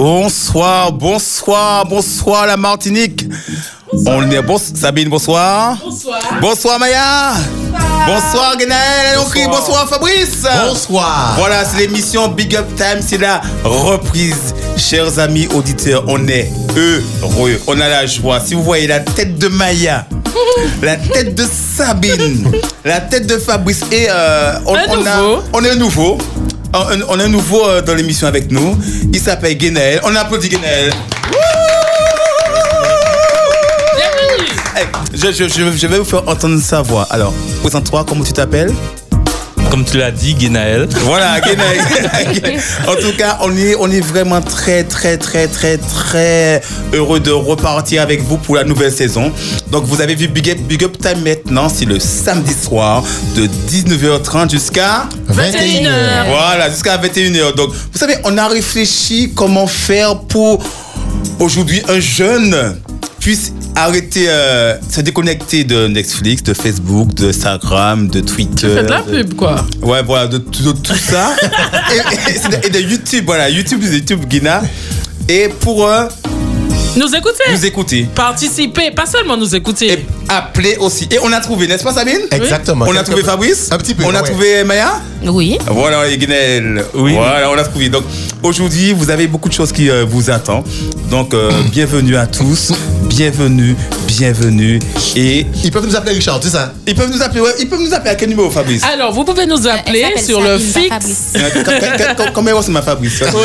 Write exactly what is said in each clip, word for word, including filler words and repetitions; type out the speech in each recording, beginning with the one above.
Bonsoir, bonsoir, bonsoir la Martinique. Bonsoir. On est bon, Sabine, bonsoir. Bonsoir. Bonsoir Maya. Bonsoir, bonsoir Guénaël. Bonsoir. bonsoir Fabrice. Bonsoir. Voilà, c'est l'émission Big Up Time, c'est la reprise. Chers amis auditeurs, on est heureux, on a la joie. Si vous voyez la tête de Maya, la tête de Sabine, la tête de Fabrice et euh, on, on, a, on est nouveau. On, on est nouveau dans l'émission avec nous. Il s'appelle Guénaël. On applaudit Guénaël. Hey, je, je, je, je vais vous faire entendre sa voix. Alors, présente-toi, comment tu t'appelles? Comme tu l'as dit, Guénaël. Voilà, Guénaël. En tout cas, on est, on est vraiment très, très, très, très, très heureux de repartir avec vous pour la nouvelle saison. Donc, vous avez vu Big Up, Big Up Time maintenant, c'est le samedi soir de dix-neuf heures trente jusqu'à vingt et une heures. Voilà, jusqu'à vingt et une heures. Donc, vous savez, on a réfléchi comment faire pour aujourd'hui un jeune puisse arrêter, euh, se déconnecter de Netflix, de Facebook, de Instagram, de Twitter. Tu fais de la pub, quoi. Ouais, voilà, de, de, de tout ça. et, et, et de YouTube, voilà, YouTube, YouTube, Guina. Et pour euh, nous écouter. Nous écouter. Participer, pas seulement nous écouter. Et appeler aussi. Et on a trouvé, n'est-ce pas, Sabine? Exactement. On a trouvé Fabrice? Un petit peu. On a ouais. trouvé Maya? Oui. Voilà, et Guinel. Oui. Voilà, on a trouvé. Donc, aujourd'hui, vous avez beaucoup de choses qui euh, vous attendent. Donc, euh, bienvenue à tous. Bienvenue, bienvenue. Et ils peuvent nous appeler Richard, c'est ça? Ils peuvent nous appeler, ouais, ils peuvent nous appeler à quel numéro, Fabrice? Alors, vous pouvez nous appeler sur le fixe. Comment c'est ma Fabrice? Sur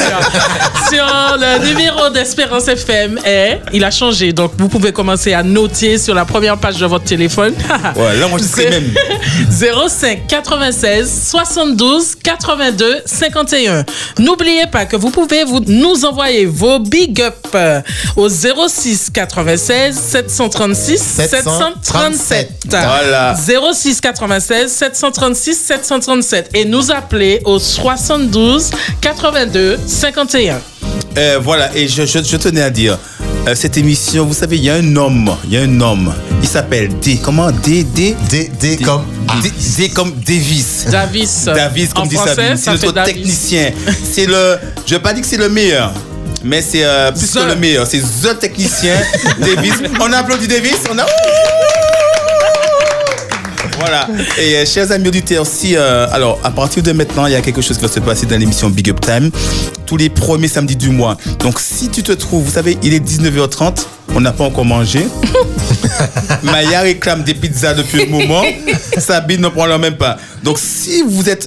le numéro d'Espérance F M. Et il a changé. Donc, vous pouvez commencer à noter sur la première page de votre téléphone. Ouais, là, moi, je sais même. zéro cinq quatre-vingt-seize soixante-douze quatre-vingt-deux cinquante et un. N'oubliez pas que vous pouvez vous, nous envoyer vos big up au zéro six quatre-vingt-seize sept cent trente-six sept cent trente-sept. Voilà. zéro six quatre-vingt-seize sept cent trente-six sept cent trente-sept et nous appeler au soixante-douze quatre-vingt-deux cinquante et un. Euh, voilà, et je, je, je tenais à dire, euh, cette émission, vous savez, il y a un homme, il y a un homme, il s'appelle D, comment D, D D, D, D comme D, D comme Davis. Davis. Davis, comme en dit français, Sabine, c'est notre Davis. technicien. C'est le, je vais pas dire que c'est le meilleur, mais c'est euh, plus The. que le meilleur, c'est the technicien, Davis. On applaudit Davis, on a... Voilà. Et euh, chers amis auditeurs aussi, euh, alors à partir de maintenant, il y a quelque chose qui va se passer dans l'émission Big Up Time, tous les premiers samedis du mois. Donc si tu te trouves, vous savez, il est dix-neuf heures trente, on n'a pas encore mangé. Maya réclame des pizzas depuis un moment. Sabine ne prend leur même pas. Donc si vous êtes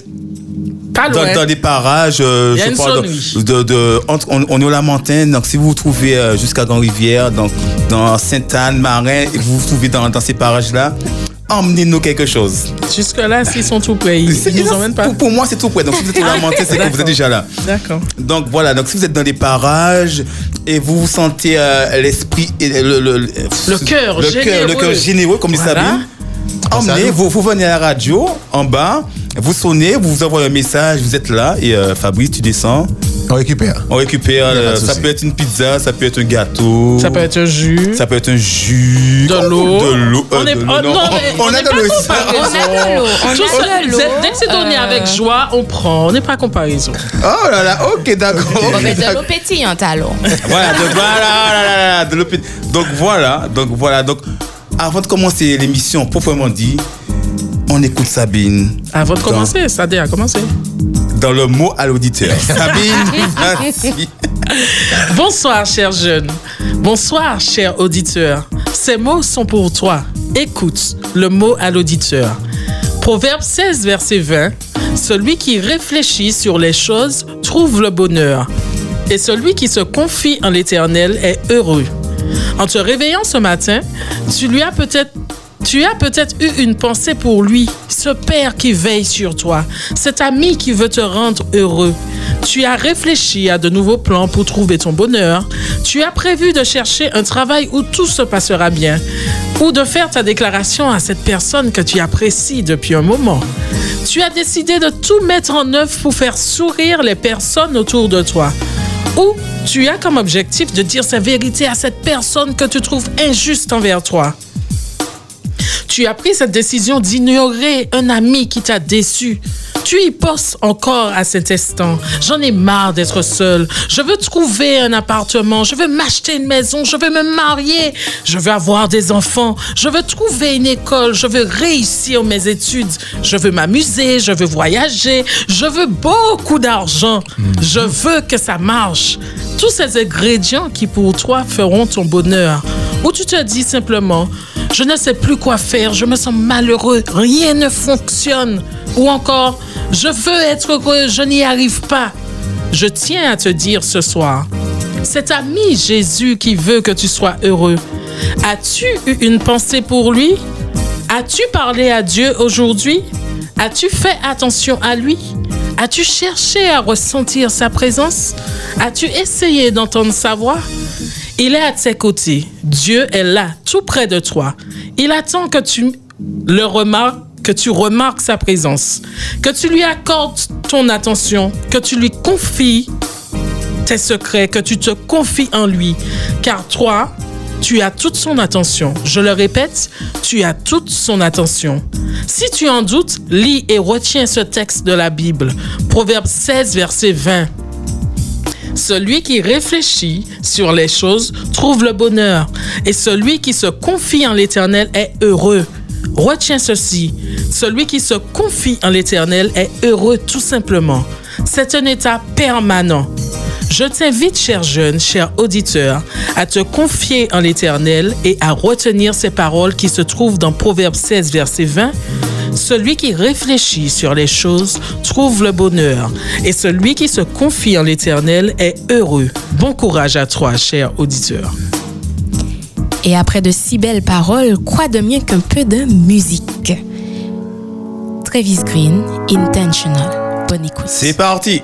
Pas dans, loin. dans des parages, euh, Il y a je une parle sonnerie. de, de, de entre, on, on est au Lamentin, donc si vous vous trouvez euh, jusqu'à Grand-Rivière, donc dans Sainte-Anne, Marin, et vous vous trouvez dans, dans ces parages-là, emmenez-nous quelque chose. Jusque-là, s'ils sont tout près, ils C'est- ne nous emmènent pas. Pour, pour moi, c'est tout près. Donc, si vous êtes au Lamentin, c'est que vous êtes déjà là. D'accord. Donc, voilà. Donc, si vous êtes dans des parages et vous vous sentez euh, l'esprit, et le, le, le, Le cœur le cœur, généreux. le cœur généreux, comme dit Voilà. Sabine, emmenez, vous, vous venez à la radio, en bas, vous sonnez, vous vous envoyez un message, vous êtes là, et euh, Fabrice, tu descends. On récupère. On récupère, Y a pas de euh, ça souci. peut être une pizza, ça peut être un gâteau. Ça peut être un jus. Ça peut être un jus. De l'eau. De l'eau. On est- de l'eau, oh, non, mais on, on a n'est de pas l'eau. comparé. On a de l'eau. On Tout ça, a de l'eau. dès que c'est donné Euh, avec joie, on prend. On n'est pas comparaison. Oh là là, ok, d'accord. Bon, mais de l'eau pétillante alors. Voilà, donc voilà, là, là, là, de l'eau pét- donc voilà, donc voilà, donc avant de commencer l'émission proprement dit, on écoute Sabine. Avant de Dans- commencer, ça a commencé. Dans le mot à l'auditeur. Sabine, merci. Bonsoir, chers jeunes. Bonsoir, chers auditeurs. Ces mots sont pour toi. Écoute le mot à l'auditeur. Proverbe seize, verset vingt. Celui qui réfléchit sur les choses trouve le bonheur. Et celui qui se confie en l'Éternel est heureux. En te réveillant ce matin, tu lui as peut-être Tu as peut-être eu une pensée pour lui, ce père qui veille sur toi, cet ami qui veut te rendre heureux. Tu as réfléchi à de nouveaux plans pour trouver ton bonheur. Tu as prévu de chercher un travail où tout se passera bien, ou de faire ta déclaration à cette personne que tu apprécies depuis un moment. Tu as décidé de tout mettre en œuvre pour faire sourire les personnes autour de toi. Ou tu as comme objectif de dire sa vérité à cette personne que tu trouves injuste envers toi. Tu as pris cette décision d'ignorer un ami qui t'a déçu. Tu y penses encore à cet instant. J'en ai marre d'être seule. Je veux trouver un appartement. Je veux m'acheter une maison. Je veux me marier. Je veux avoir des enfants. Je veux trouver une école. Je veux réussir mes études. Je veux m'amuser. Je veux voyager. Je veux beaucoup d'argent. Je veux que ça marche. Tous ces ingrédients qui pour toi feront ton bonheur. Ou tu te dis simplement, je ne sais plus quoi faire, je me sens malheureux, rien ne fonctionne. Ou encore, je veux être heureux, je n'y arrive pas. Je tiens à te dire ce soir, cet ami Jésus qui veut que tu sois heureux. As-tu eu une pensée pour lui? As-tu parlé à Dieu aujourd'hui? As-tu fait attention à lui? As-tu cherché à ressentir sa présence? As-tu essayé d'entendre sa voix? Il est à tes côtés. Dieu est là, tout près de toi. Il attend que tu le remarques, que tu remarques sa présence, que tu lui accordes ton attention, que tu lui confies tes secrets, que tu te confies en lui. Car toi, tu as toute son attention. Je le répète, tu as toute son attention. Si tu en doutes, lis et retiens ce texte de la Bible. Proverbe seize, verset vingt. Celui qui réfléchit sur les choses trouve le bonheur, et celui qui se confie en l'Éternel est heureux. Retiens ceci, celui qui se confie en l'Éternel est heureux tout simplement. C'est un état permanent. Je t'invite, cher jeune, cher auditeur, à te confier en l'Éternel et à retenir ces paroles qui se trouvent dans Proverbe seize, verset vingt. Celui qui réfléchit sur les choses trouve le bonheur, et celui qui se confie en l'Éternel est heureux. Bon courage à toi, cher auditeur. Et après de si belles paroles, quoi de mieux qu'un peu de musique? Travis Green, Intentional. Bonne écoute. C'est parti.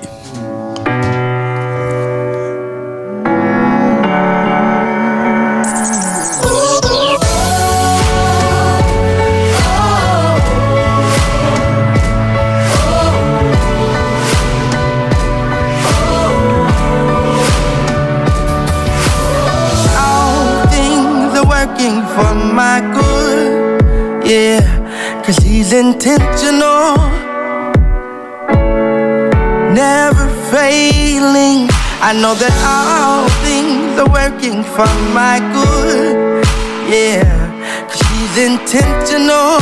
For my good, yeah, 'cause he's intentional, never failing. I know that all things are working for my good, yeah, 'cause he's intentional,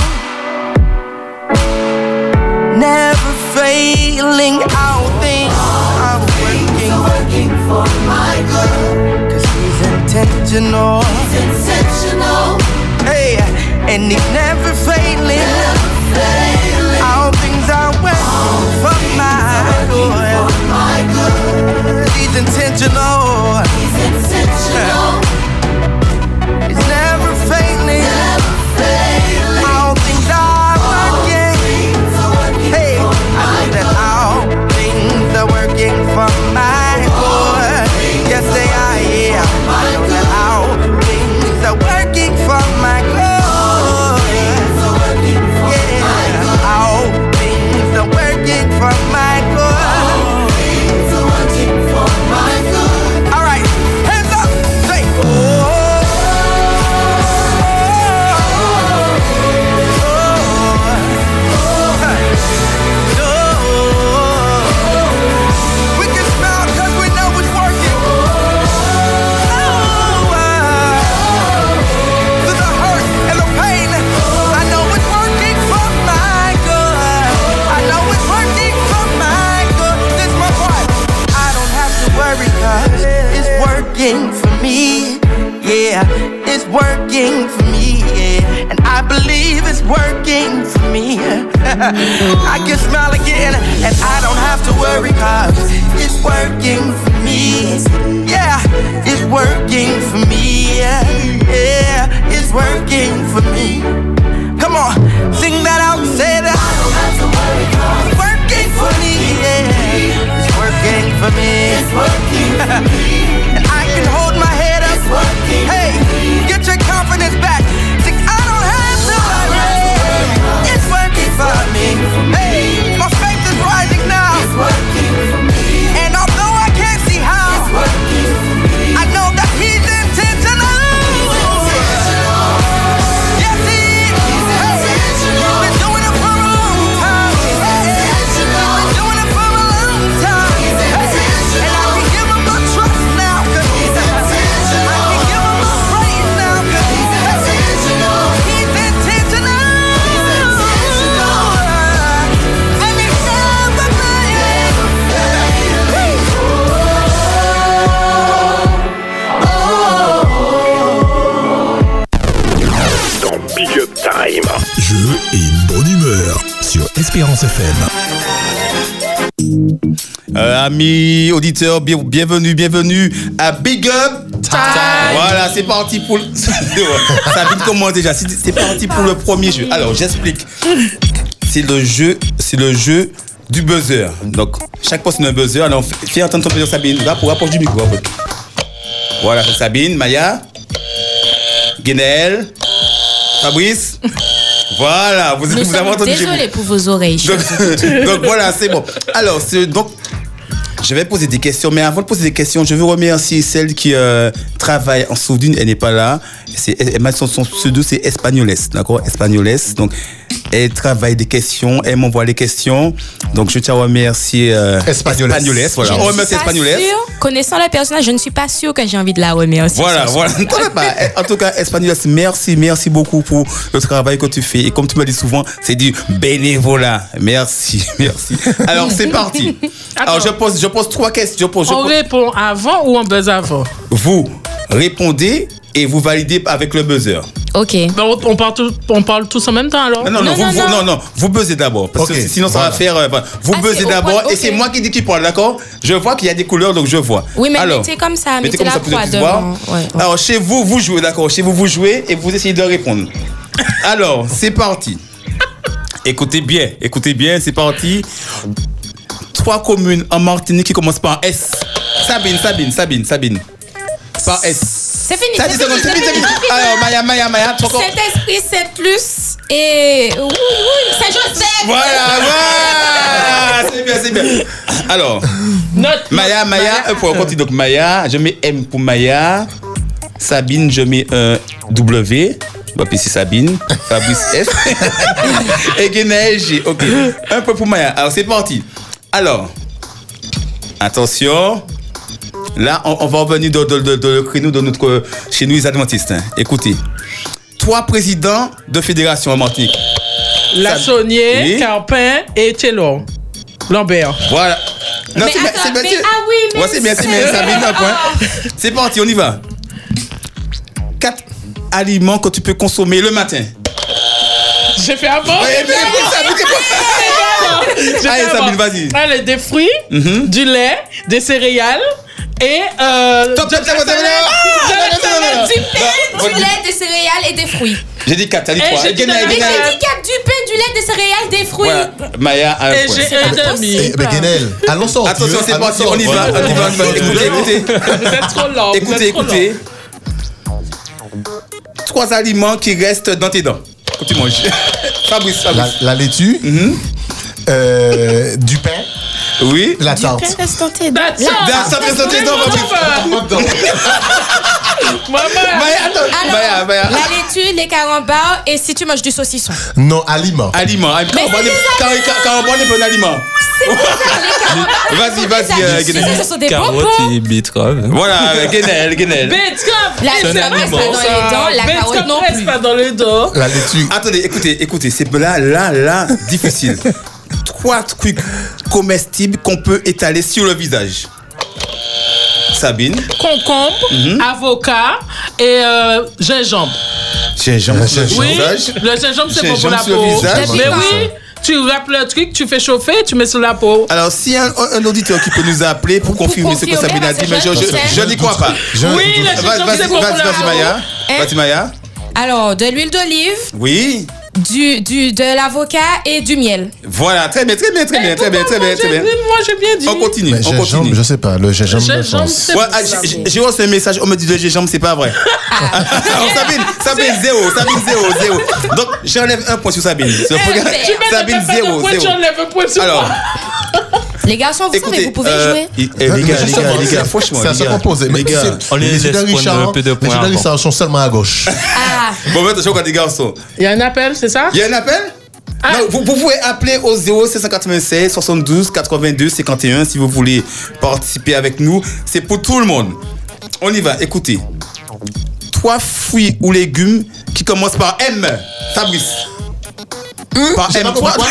never failing. All things are working, working for my good, 'cause he's intentional. He's intentional. Hey, and he's never failing. Never failing. All things are working for my good. For my good. He's intentional. He's intentional. He's never failing. Never failing. All things are working. Things are working hey, for I know that all things are working for my good. Yes, they are. Yeah, I know that all things are working for my good. Yeah, all things are working for my good. All things are working for my good. All right, hands up, say oh. We can smile 'cause we know it's working. Through the hurt and the pain, I know it's working for my good. I know it's working for my good. This my part. I don't have to worry 'cause it's working for me. Yeah, it's working for me. Yeah, and I believe it's working for me. I can smile again, and I don't have to worry 'cause it's working for me. Yeah, it's working for me. Yeah, it's working for me. Come on, sing that out, say that. I don't have to worry 'cause it's working for me. Yeah, it's working for me. It's working for me. And I can hold my head up. It's working. Hey, get your confidence back. Sing, I don't have to worry. It's working for me. Hey, my faith is rising now. It's working for me. And although I can't see how, it's working for me. I know that he's intentional. He's intentional. Yes, he is. He's intentional. He's been doing it for a long time. He's intentional. Espérance F M. Euh, amis auditeurs, bien- bienvenue, bienvenue à Big Up Time. Voilà, c'est parti pour le... Ça vite commence déjà. C'est c'est parti pour le premier jeu. Alors, j'explique. C'est le jeu, c'est le jeu du buzzer. Donc, chaque poste c'est un buzzer. Alors, fais fais entendre ton buzzer, Sabine. Va pour rapproche du micro. un peu. Voilà, c'est Sabine, Maya, Guénel, Fabrice. Voilà, vous, Nous vous avez sommes entendu chez vous. désolés pour vos oreilles. Donc, donc voilà, c'est bon. Alors, c'est- donc, je vais poser des questions, mais avant de poser des questions, je veux remercier celle qui euh, travaille en sourdine. Elle n'est pas là. C'est, elle, elle- son, son pseudo, c'est Espagnoles, d'accord? Espagnoles. Donc, elle travaille des questions, elle m'envoie les questions. Donc, je tiens à remercier euh, Espagnoles. Espagnoles, voilà. Je On ne suis remercie pas Espagnoles. sûre, connaissant la personnage, je ne suis pas sûre que j'ai envie de la remercier. Voilà, voilà. T'en as pas. En tout cas, Espagnoles, merci, merci beaucoup pour le travail que tu fais. Et comme tu me dis souvent, c'est du bénévolat. Merci, merci. Alors, c'est parti. Alors, je pose, je pose trois questions. Je pose, je On pose- répond avant ou on buzz avant? Vous répondez et vous validez avec le buzzer. Ok. Ben, on, on parle tout, on parle tous en même temps alors? Non, non, non, Non, vous, non, vous- non. non, non, vous buzzez d'abord. Parce Ok, que sinon, ça voilà. va faire. euh, voilà. Vous Ah, buzzez c'est au d'abord point, et ok. c'est moi qui dis qui parle, d'accord? Je vois qu'il y a des couleurs, donc je vois. Oui, mais Alors, mettez comme ça, mettez mettez la comme ça, croix vous puissiez voir. devant. Ouais, ouais. Alors, chez vous, vous jouez, d'accord? Chez vous, vous jouez et vous essayez de répondre. Alors, c'est parti. Écoutez bien, écoutez bien, c'est parti. Trois communes en Martinique qui commencent par S. Sabine, Sabine, Sabine, Sabine. Par S. C'est fini. Ça c'est dit secondes, fini, c'est fini, c'est fini. c'est fini. Alors, Maya, Maya, Maya, tu encore. Saint-Esprit, c'est plus. Et. Oui, oui, Saint-Joseph. Voilà, voilà. C'est bien, c'est bien. Alors, Note, Maya, note, Maya, un point, on continue. Donc, Maya, je mets M pour Maya. Sabine, je mets un W. Je vais appeler ici Sabine. Fabrice F. Et Guénaël G. Ok. Un point pour Maya. Alors, c'est parti. Alors, attention. Là, on, on va revenir dans, dans- dans- dans le créneau de notre, chez nous, les adventistes. hein. Écoutez. Trois présidents de fédération en Martinique. Lassonnier, Oui. Carpin et Taylor. Lambert. Voilà. Non, Mais c'est bien, attends, c'est bien, mais- c'est- ah oui, mais Ouais, c'est bien, c'est bien, c'est- Sabine, un point. C'est parti, on y va. Quatre aliments que tu peux consommer le matin. J'ai fait avant. Ouais, mais écoute, Sabine, c'est quoi? J'ai fait Allez, avant. Sabine, vas-y. Allez, des fruits, Mhm. du lait, des céréales et. Euh, Top, top, top, top, top, top. Du pain, du lait, des céréales et des fruits. J'ai dit quatre, t'as dit Eh, trois. j'ai Et dit Guénaël, dans la- Mais Guénaël. j'ai dit qu'il y a du pain, du lait, des céréales, des fruits. Voilà, Maya a un Et point. j'ai un demi. Eh ben, Guénel, allons sortir. Attention, c'est allons parti, on y va, sortir. on y va, on y va. Écoutez, écoutez. Vous êtes trop lent. vous Écoutez, êtes trop écoutez. Trois aliments qui restent dans tes dents. Quand tu manges. Fabrice, La, Fabrice. la laitue, Mhm. euh, du pain, Oui. la tarte. lent. That's all. Dans ça, dans tes dents, Fabrice. Maman. Maya, attends. Maya, Alors, Maya. la laitue, les carambars et si tu manges du saucisson. Non, aliment. Aliment. Quand on boit des- quand- quand- quand on boit des bons aliments. Vas-y, vas-y, euh, Guénaël. Ce sont des Carottes bonbons. et betterave. Voilà, Guénaël, Guénaël. Betterave. La c'est betterave un reste pas aliment, dans ça. les dents, la Betterave carotte non reste plus. pas dans les dents. La laitue. Attendez, écoutez, écoutez, c'est là, là, là, difficile. Trois trucs comestibles qu'on peut étaler sur le visage. Sabine. Concombre, Mhm. avocat et euh, gingembre. Gingembre sur le Oui, visage. le gingembre c'est bon pour Gingembre la sur le peau. visage. Mais oui, tu wrappes le truc, tu fais chauffer, tu mets sur la peau. Alors, s'il y a un, un auditeur qui peut nous appeler pour confirmer ce que confirmer, Sabine a parce dit, que mais je, je je, sais. je n'y crois pas. Je- Oui, le Vas-y, gingembre vas-y, c'est bon pour vas-y, la vas-y, peau. Maya. Hein? Vas-y, Maya. Alors, de l'huile d'olive, Oui. du, du, de l'avocat et du miel. Voilà, très bien, très bien, très bien, très bien, très bien, très bien. Moi j'ai bien dit. On continue, Mais on gingembre, continue. je sais pas, le gingembre de Gingembre, France. c'est Ouais, bon ah, pour la j'ai- peau. j'ai reçu un message, on me dit de gingembre, c'est pas vrai. Alors, Sabine, Sabine, zéro, Sabine, zéro, zéro. Donc, j'enlève un point sur Sabine. Sur- Eh ben. Tu mets Sabine, même pas de zéro, point, zéro. tu enlèves un point sur Alors, moi. Les garçons, vous savez, vous pouvez euh, jouer. il- eh, les gars, les gars, Justement, les gars, c'est- franchement, c'est à les se gars, composer. les Mais gars. c'est- On les les jeux laisse de prendre Richard, un peu de les points jeux de avant. Richard sont seulement à gauche. Ah, Bon, maintenant, je regarde les garçons. Il y a un appel, c'est ça? Il y a un appel? Ah. Non, vous, vous pouvez appeler au zéro sept cent quatre-vingt-seize soixante-douze quatre-vingt-deux cinquante et un si vous voulez participer avec nous. C'est pour tout le monde. On y va, écoutez. Trois fruits ou légumes qui commencent par M. Fabrice. Par J'ai M. pas Trois, compris.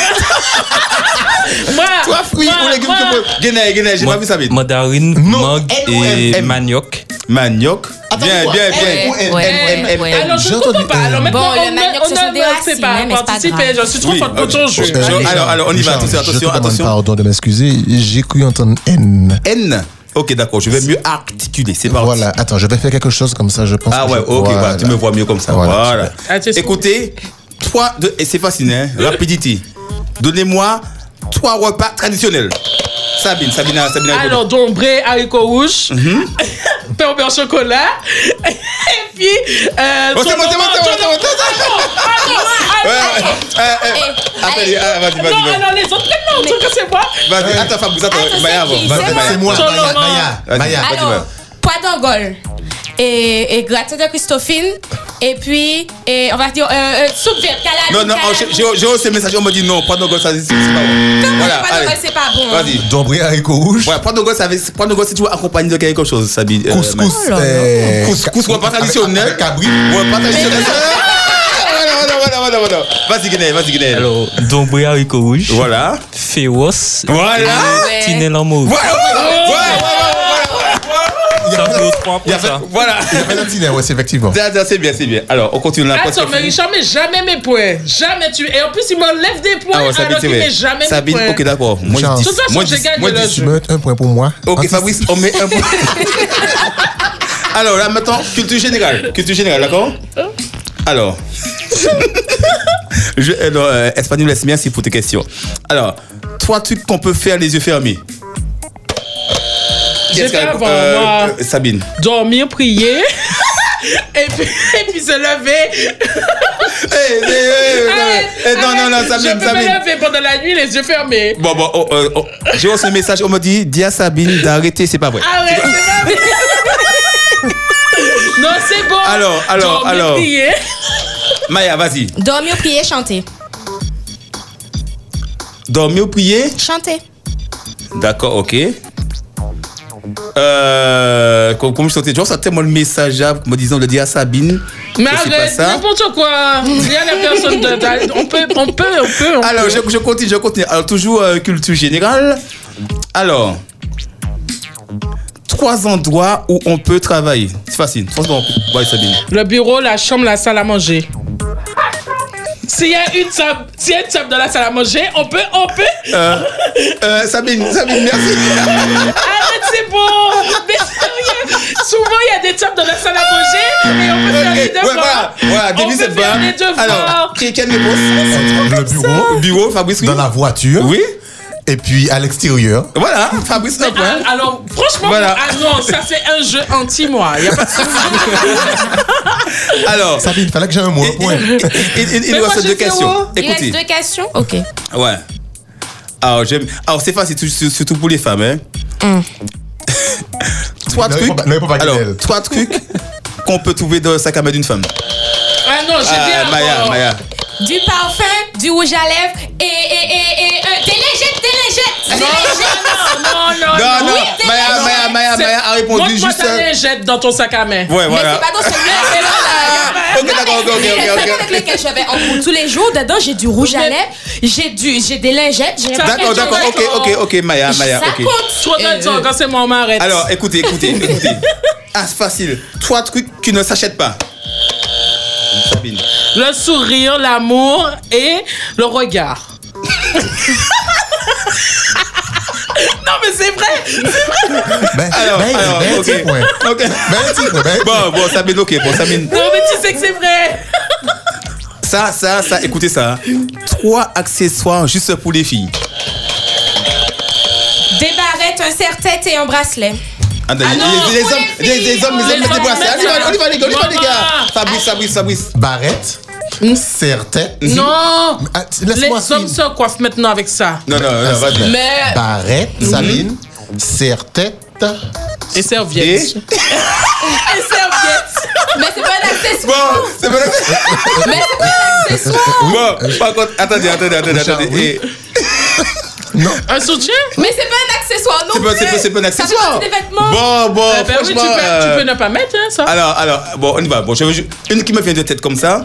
Moi, trois fruits moi, ou légumes moi. qui commencent. Guénaël, Guénaël, j'ai pas vu Sabine. Mandarine, Non, mangue N O M, et M. manioc. Manioc. Attends, bien, quoi? bien, M bien. ou N? ouais, M, M, ouais. M. Alors, je J'ai ne comprends entendu, pas. euh, Alors, maintenant, Bon, le on, met- manioc, on ce non, sont des non, racines, c'est pas hein, mais c'est pas participer. grave. Je suis trop Oui, forte pour ton jeu. Euh, Je- alors, alors, on y va, Richard, attention, attention, je te demande attention. pardon de m'excuser. J'ai cru entendre N. N. Ok, d'accord, je vais mieux articuler. C'est parti. Voilà, attends, je vais faire quelque chose comme ça, je pense. Ah que ouais, je- ok, voilà, tu me vois mieux comme ça. Voilà, Voilà. super. Attention. Écoutez, trois, deux, et c'est facile, hein, rapidité. Donnez-moi trois repas traditionnels. Sabine, Sabine, Sabine. Alors, dombré, haricots rouges, pain au beurre chocolat, et puis. Euh, Oh, c'est bon, c'est bon, c'est bon, c'est bon, c'est bon. Ouais, ouais. Euh, euh, Attendez, ah, vas-y, vas-y, Non, vas-y. alors les autres, non, truc que c'est moi. Vas-y, attends, Fabrice, attends, Attends, Maya, c'est avant. qui? Vas-y, C'est Maya. C'est moi, Solomon. Maya. Maya. Vas-y, Maya. vas-y, Alors, Maya. pois d'Angole et, et gratin de Christophine et puis et on va dire euh, euh, soupe verte calamine. Non, non, oh, j'ai- j'ai j'ai reçu ce message, on me dit non, pas de gosse, ça c'est c'est pas bon. Voilà, Pois allez. d'Angole, c'est pas bon. Vas-y. Dombré haricot rouge. Voilà, pas de gosse, avec- pas de gosse, c'est toujours accompagné de quelque chose, Sabine. euh, Couscous. Oh là là. euh, Couscous, ouais, pas avec- traditionnel. avec Cabri. Ouais, pas traditionnel. Voilà, voilà, voilà, voilà, voilà. Vas-y, Guinée, vas-y, Guinée. Alors, dombré haricot rouge. Voilà. Féroce. Voilà. Ouais. Tinel en mauve. Voilà, voilà, voilà, voilà, Ça fait trois Il y a pour ça. fait- voilà. Il y a pas d'antenne, ouais, c'est effectivement. Ça, ça, C'est bien, c'est bien. Alors, on continue la Attends, mais Richard met jamais mes points. Jamais tu. Et en plus, il m'enlève des points Ah ouais, Sabine, alors c'est qu'il vrai. met jamais Sabine, mes points. ok, d'accord. Moi, Charles. je dis. De toute façon, moi, j'ai dix- gagné moi, le dix- Tu jeu. me mets un point pour moi. Ok, Artiste. Fabrice, on met un point. Alors, là, maintenant, culture générale. Culture générale, d'accord? Alors. je, euh, non, euh, Espagnol, laisse merci pour tes questions. Alors, trois trucs qu'on peut faire les yeux fermés. J'ai Qu'est-ce fait qu'elle- avant, euh, moi. euh, Sabine. Dormir, prier. Et puis, et puis se lever. Eh, eh, eh, Arrête, eh, non, non, non, arrête. Sabine, Je peux Sabine. me lever pendant la nuit, les yeux fermés. Bon, bon, oh, euh, oh, j'ai reçu un message, on me dit, dis à Sabine d'arrêter, c'est pas vrai. Arrête, c'est pas vrai. Non, c'est bon. Alors, alors, Dormir, alors. prier. Maya, vas-y. Dormir, prier, chanter. Dormir ou prier? Chanter. D'accord, ok. Euh, comme, comme je sentais, je reçois tellement le message là, me disant de dire à Sabine. Mais que c'est pas arrête, ça. n'importe quoi. Il y a la personne de. de- On peut, on peut, on peut. On Alors, peut. je, je continue, je continue. Alors, toujours euh, culture générale. Alors, trois endroits où on peut travailler. C'est facile. Trois endroits où on peut. Ouais, Sabine. Le bureau, la chambre, la salle à manger. S'il y a une table, s'il y a une table dans la salle à manger, on peut, on peut. Euh, euh, Sabine, Sabine, merci. Arrête, c'est bon. Mais sérieux, souvent il y a des tables dans la salle à manger et on peut faire Ok, les ouais, devoirs. voilà, voilà, On devine peut cette faire barre. les devoirs. Alors, qui quelle réponse? Le bureau, Bureau, Fabrice, oui. dans la voiture, Oui. et puis à l'extérieur. Voilà, Fabrice, un point. Ah, alors, franchement, Voilà. ah non, ça c'est un jeu anti-moi. Il y a pas de souci. Alors, Sabine, il fallait que j'ai un mot, un il, point. il, il- il Mais nous moi, reste j'ai deux questions. zéro. Il reste Écoutez. deux questions. Ok. Ouais. Alors, j'aime. Alors, c'est facile, surtout surtout pour les femmes, hein. Trois Ne trucs. réponds pas- ne réponds pas, Alors, Guinelle. trois trucs qu'on peut trouver dans le sac à main d'une femme. Ah non, j'ai Ah, bien. Maya, encore. Maya. Du parfum, du rouge à lèvres et, et, et, et euh, des lingettes, des lingettes. Des Non, lingettes. non, non, Non, non, Oui, Maya, non, Maya, Maya, c'est- Maya a répondu Montre-moi juste. ta lingette dans ton sac à main. Ouais, Mais voilà. c'est pas dans celui-là, c'est là, là. Ok, d'accord, ok, ok, Les ok, vêtements ok. avec lesquels je vais en cours tous les jours, dedans j'ai du rouge à Mais- lèvres, j'ai du, j'ai des lingettes, j'ai Ça- D'accord, d'accord, ok, ok, ok, Maya, Maya, ça ok. compte. Trop de temps, quand c'est moi, on m'arrête. Alors, écoutez, écoutez, écoutez. Ah, c'est facile. Trois trucs qui ne s'achètent pas. Sabine. Le sourire, l'amour et le regard. Non, mais c'est vrai. Ben, Alors, ben, alors, ben, ok. petit point. Ok. Ben, petit point, ben, Bon, bon, Sabine, ok, bon, Sabine. Non, mais tu sais que c'est vrai. Ça, ça, ça, écoutez ça. Trois accessoires juste pour les filles. Des barrettes, un serre-tête et un bracelet. Ah, des, Ah non, des, des pour hommes, les des, filles, des hommes, les les hommes mettent des hommes bracelets. mettent On y va, ça. on y va, les gars, on y va, les gars. Maman. Fabrice, Fabrice, Fabrice. barrette, serre-tête. Non. Ah, Les laisse-moi hommes finir. se coiffent maintenant avec ça. Non, non, non, vas-y. Mais. Barrette, Sabine, serre-tête. Et serviettes. Et. Et serviettes. Mais c'est pas un accessoire. Bon, c'est bon. Mais c'est pas un accessoire. Bon, par contre, attendez, attendez, attendez, Richard, attendez. oui. Et- Un soutien. Mais c'est pas un accessoire non C'est pas, plus. c'est pas, c'est pas un Ça fait accessoire. partie des vêtements. Bon, bon, Eh ben oui, tu franchement. peux, euh, tu peux ne pas mettre hein, ça. Alors, alors, bon, on y va. Bon, je veux ju- une qui me vient de tête comme ça.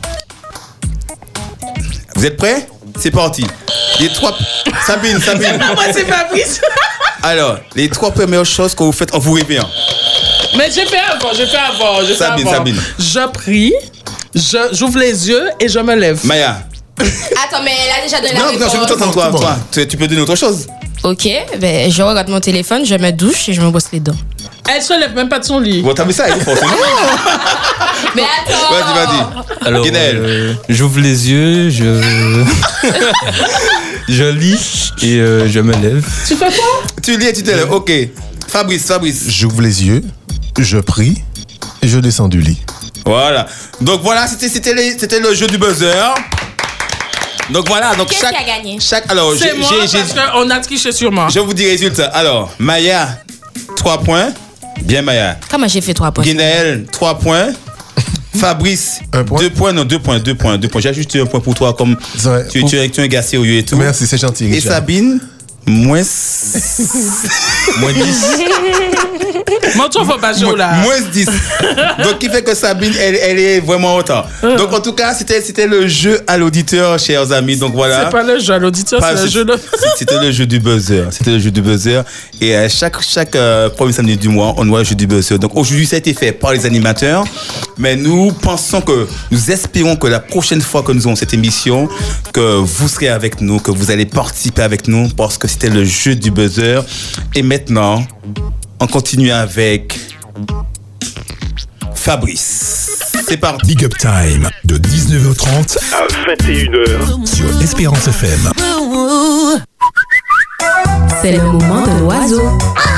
Vous êtes prêts? C'est parti. Les trois. Sabine, Sabine. Ah, moi, c'est Fabrice. Alors, les trois premières choses que vous faites en vous réveillant. Mais j'ai fait avant, j'ai fait avant, j'ai fait Sabine, avant. Sabine. Je prie, je, j'ouvre les yeux et je me lève. Maya. Attends, mais elle a déjà donné la Non, non, réponse. je veux t'entendre, toi, toi. Tu, tu peux donner autre chose. Ok, ben, je regarde mon téléphone, je me douche et je me brosse les dents. Elle se lève même pas de son lit. Bon, t'as vu ça, il faut forcément. Mais attends. Vas-y, vas-y. Alors, Guinel. euh, j'ouvre les yeux, je. je lis et euh, je me lève. Tu fais quoi? Tu lis et tu te lèves. Ok. Fabrice, Fabrice. J'ouvre les yeux, je prie et je descends du lit. Voilà. Donc voilà, c'était, c'était, les- c'était le jeu du buzzer. Donc voilà, donc Qu'est-ce chaque, qui a gagné? chaque, alors C'est j'ai, moi j'ai, j'ai- parce qu'on a triché sur moi. je vous dis les résultats. Alors Maya, trois points. Bien Maya. Comment j'ai fait trois points? Guinaël, trois points. Fabrice, Un point. deux points, non, deux points, deux points, deux points. J'ai ajusté un point pour toi, comme C'est vrai. tu, tu, es- tu es un gars sérieux et tout. Merci, c'est gentil. Et Richard. Sabine, moins, Moins dix. Moi, tu faut pas jouer là. moins dix. Donc, qui fait que Sabine, elle, elle est vraiment en retard. Donc, en tout cas, c'était, c'était le jeu à l'auditeur, chers amis. Donc, voilà. C'est pas le jeu à l'auditeur, Pas- c'est le jeu de. C'était le jeu du buzzer. C'était le jeu du buzzer. Et euh, chaque, chaque euh, premier samedi du mois, on voit le jeu du buzzer. Donc aujourd'hui, ça a été fait par les animateurs. Mais nous pensons que, nous espérons que la prochaine fois que nous aurons cette émission, que vous serez avec nous, que vous allez participer avec nous, parce que c'était le jeu du buzzer. Et maintenant, on continue avec Fabrice. C'est parti. Big Up Time de dix-neuf heures trente À vingt et une heures. sur Espérance F M. C'est le moment de l'oiseau.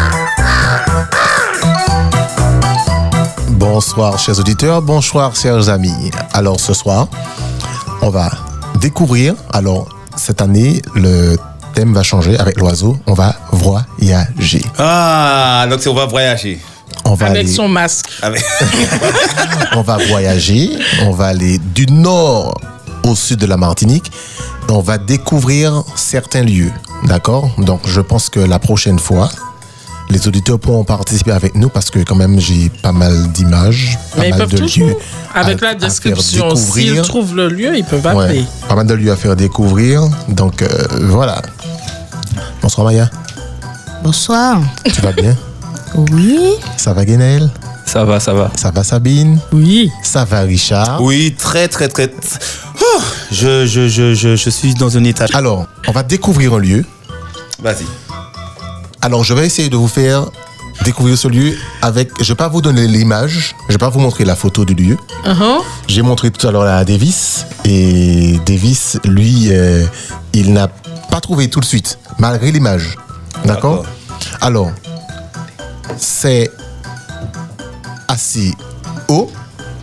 Bonsoir, chers auditeurs. Bonsoir, chers amis. Alors, ce soir, on va découvrir. Alors, cette année, le thème va changer avec l'oiseau. On va voyager. Ah, donc c'est- on va voyager. On va Avec aller, son masque. Avec- on va voyager. On va aller du nord au sud de la Martinique. On va découvrir certains lieux. D'accord? Donc, je pense que la prochaine fois, les auditeurs pourront participer avec nous parce que quand même, j'ai pas mal d'images, pas Mais ils mal peuvent de toujours. lieux Avec à- la à faire description, s'ils découvrir. trouvent le lieu, ils peuvent Ouais, appeler. pas mal de lieux à faire découvrir. Donc, euh, voilà. Bonsoir, Maya. Bonsoir. Tu vas bien? Oui. Ça va, Guénel? Ça va, ça va. Ça va, Sabine? Oui. Ça va, Richard? Oui, très, très, très. Oh, je, je, je, je, je suis dans un état. Alors, on va découvrir un lieu. Vas-y. Alors, je vais essayer de vous faire découvrir ce lieu avec... Je ne vais pas vous donner l'image. Je ne vais pas vous montrer la photo du lieu. Uh-huh. J'ai montré tout à l'heure à Davis. Et Davis, lui, euh, il n'a pas trouvé tout de suite, malgré l'image. D'accord? Alors, c'est assez haut.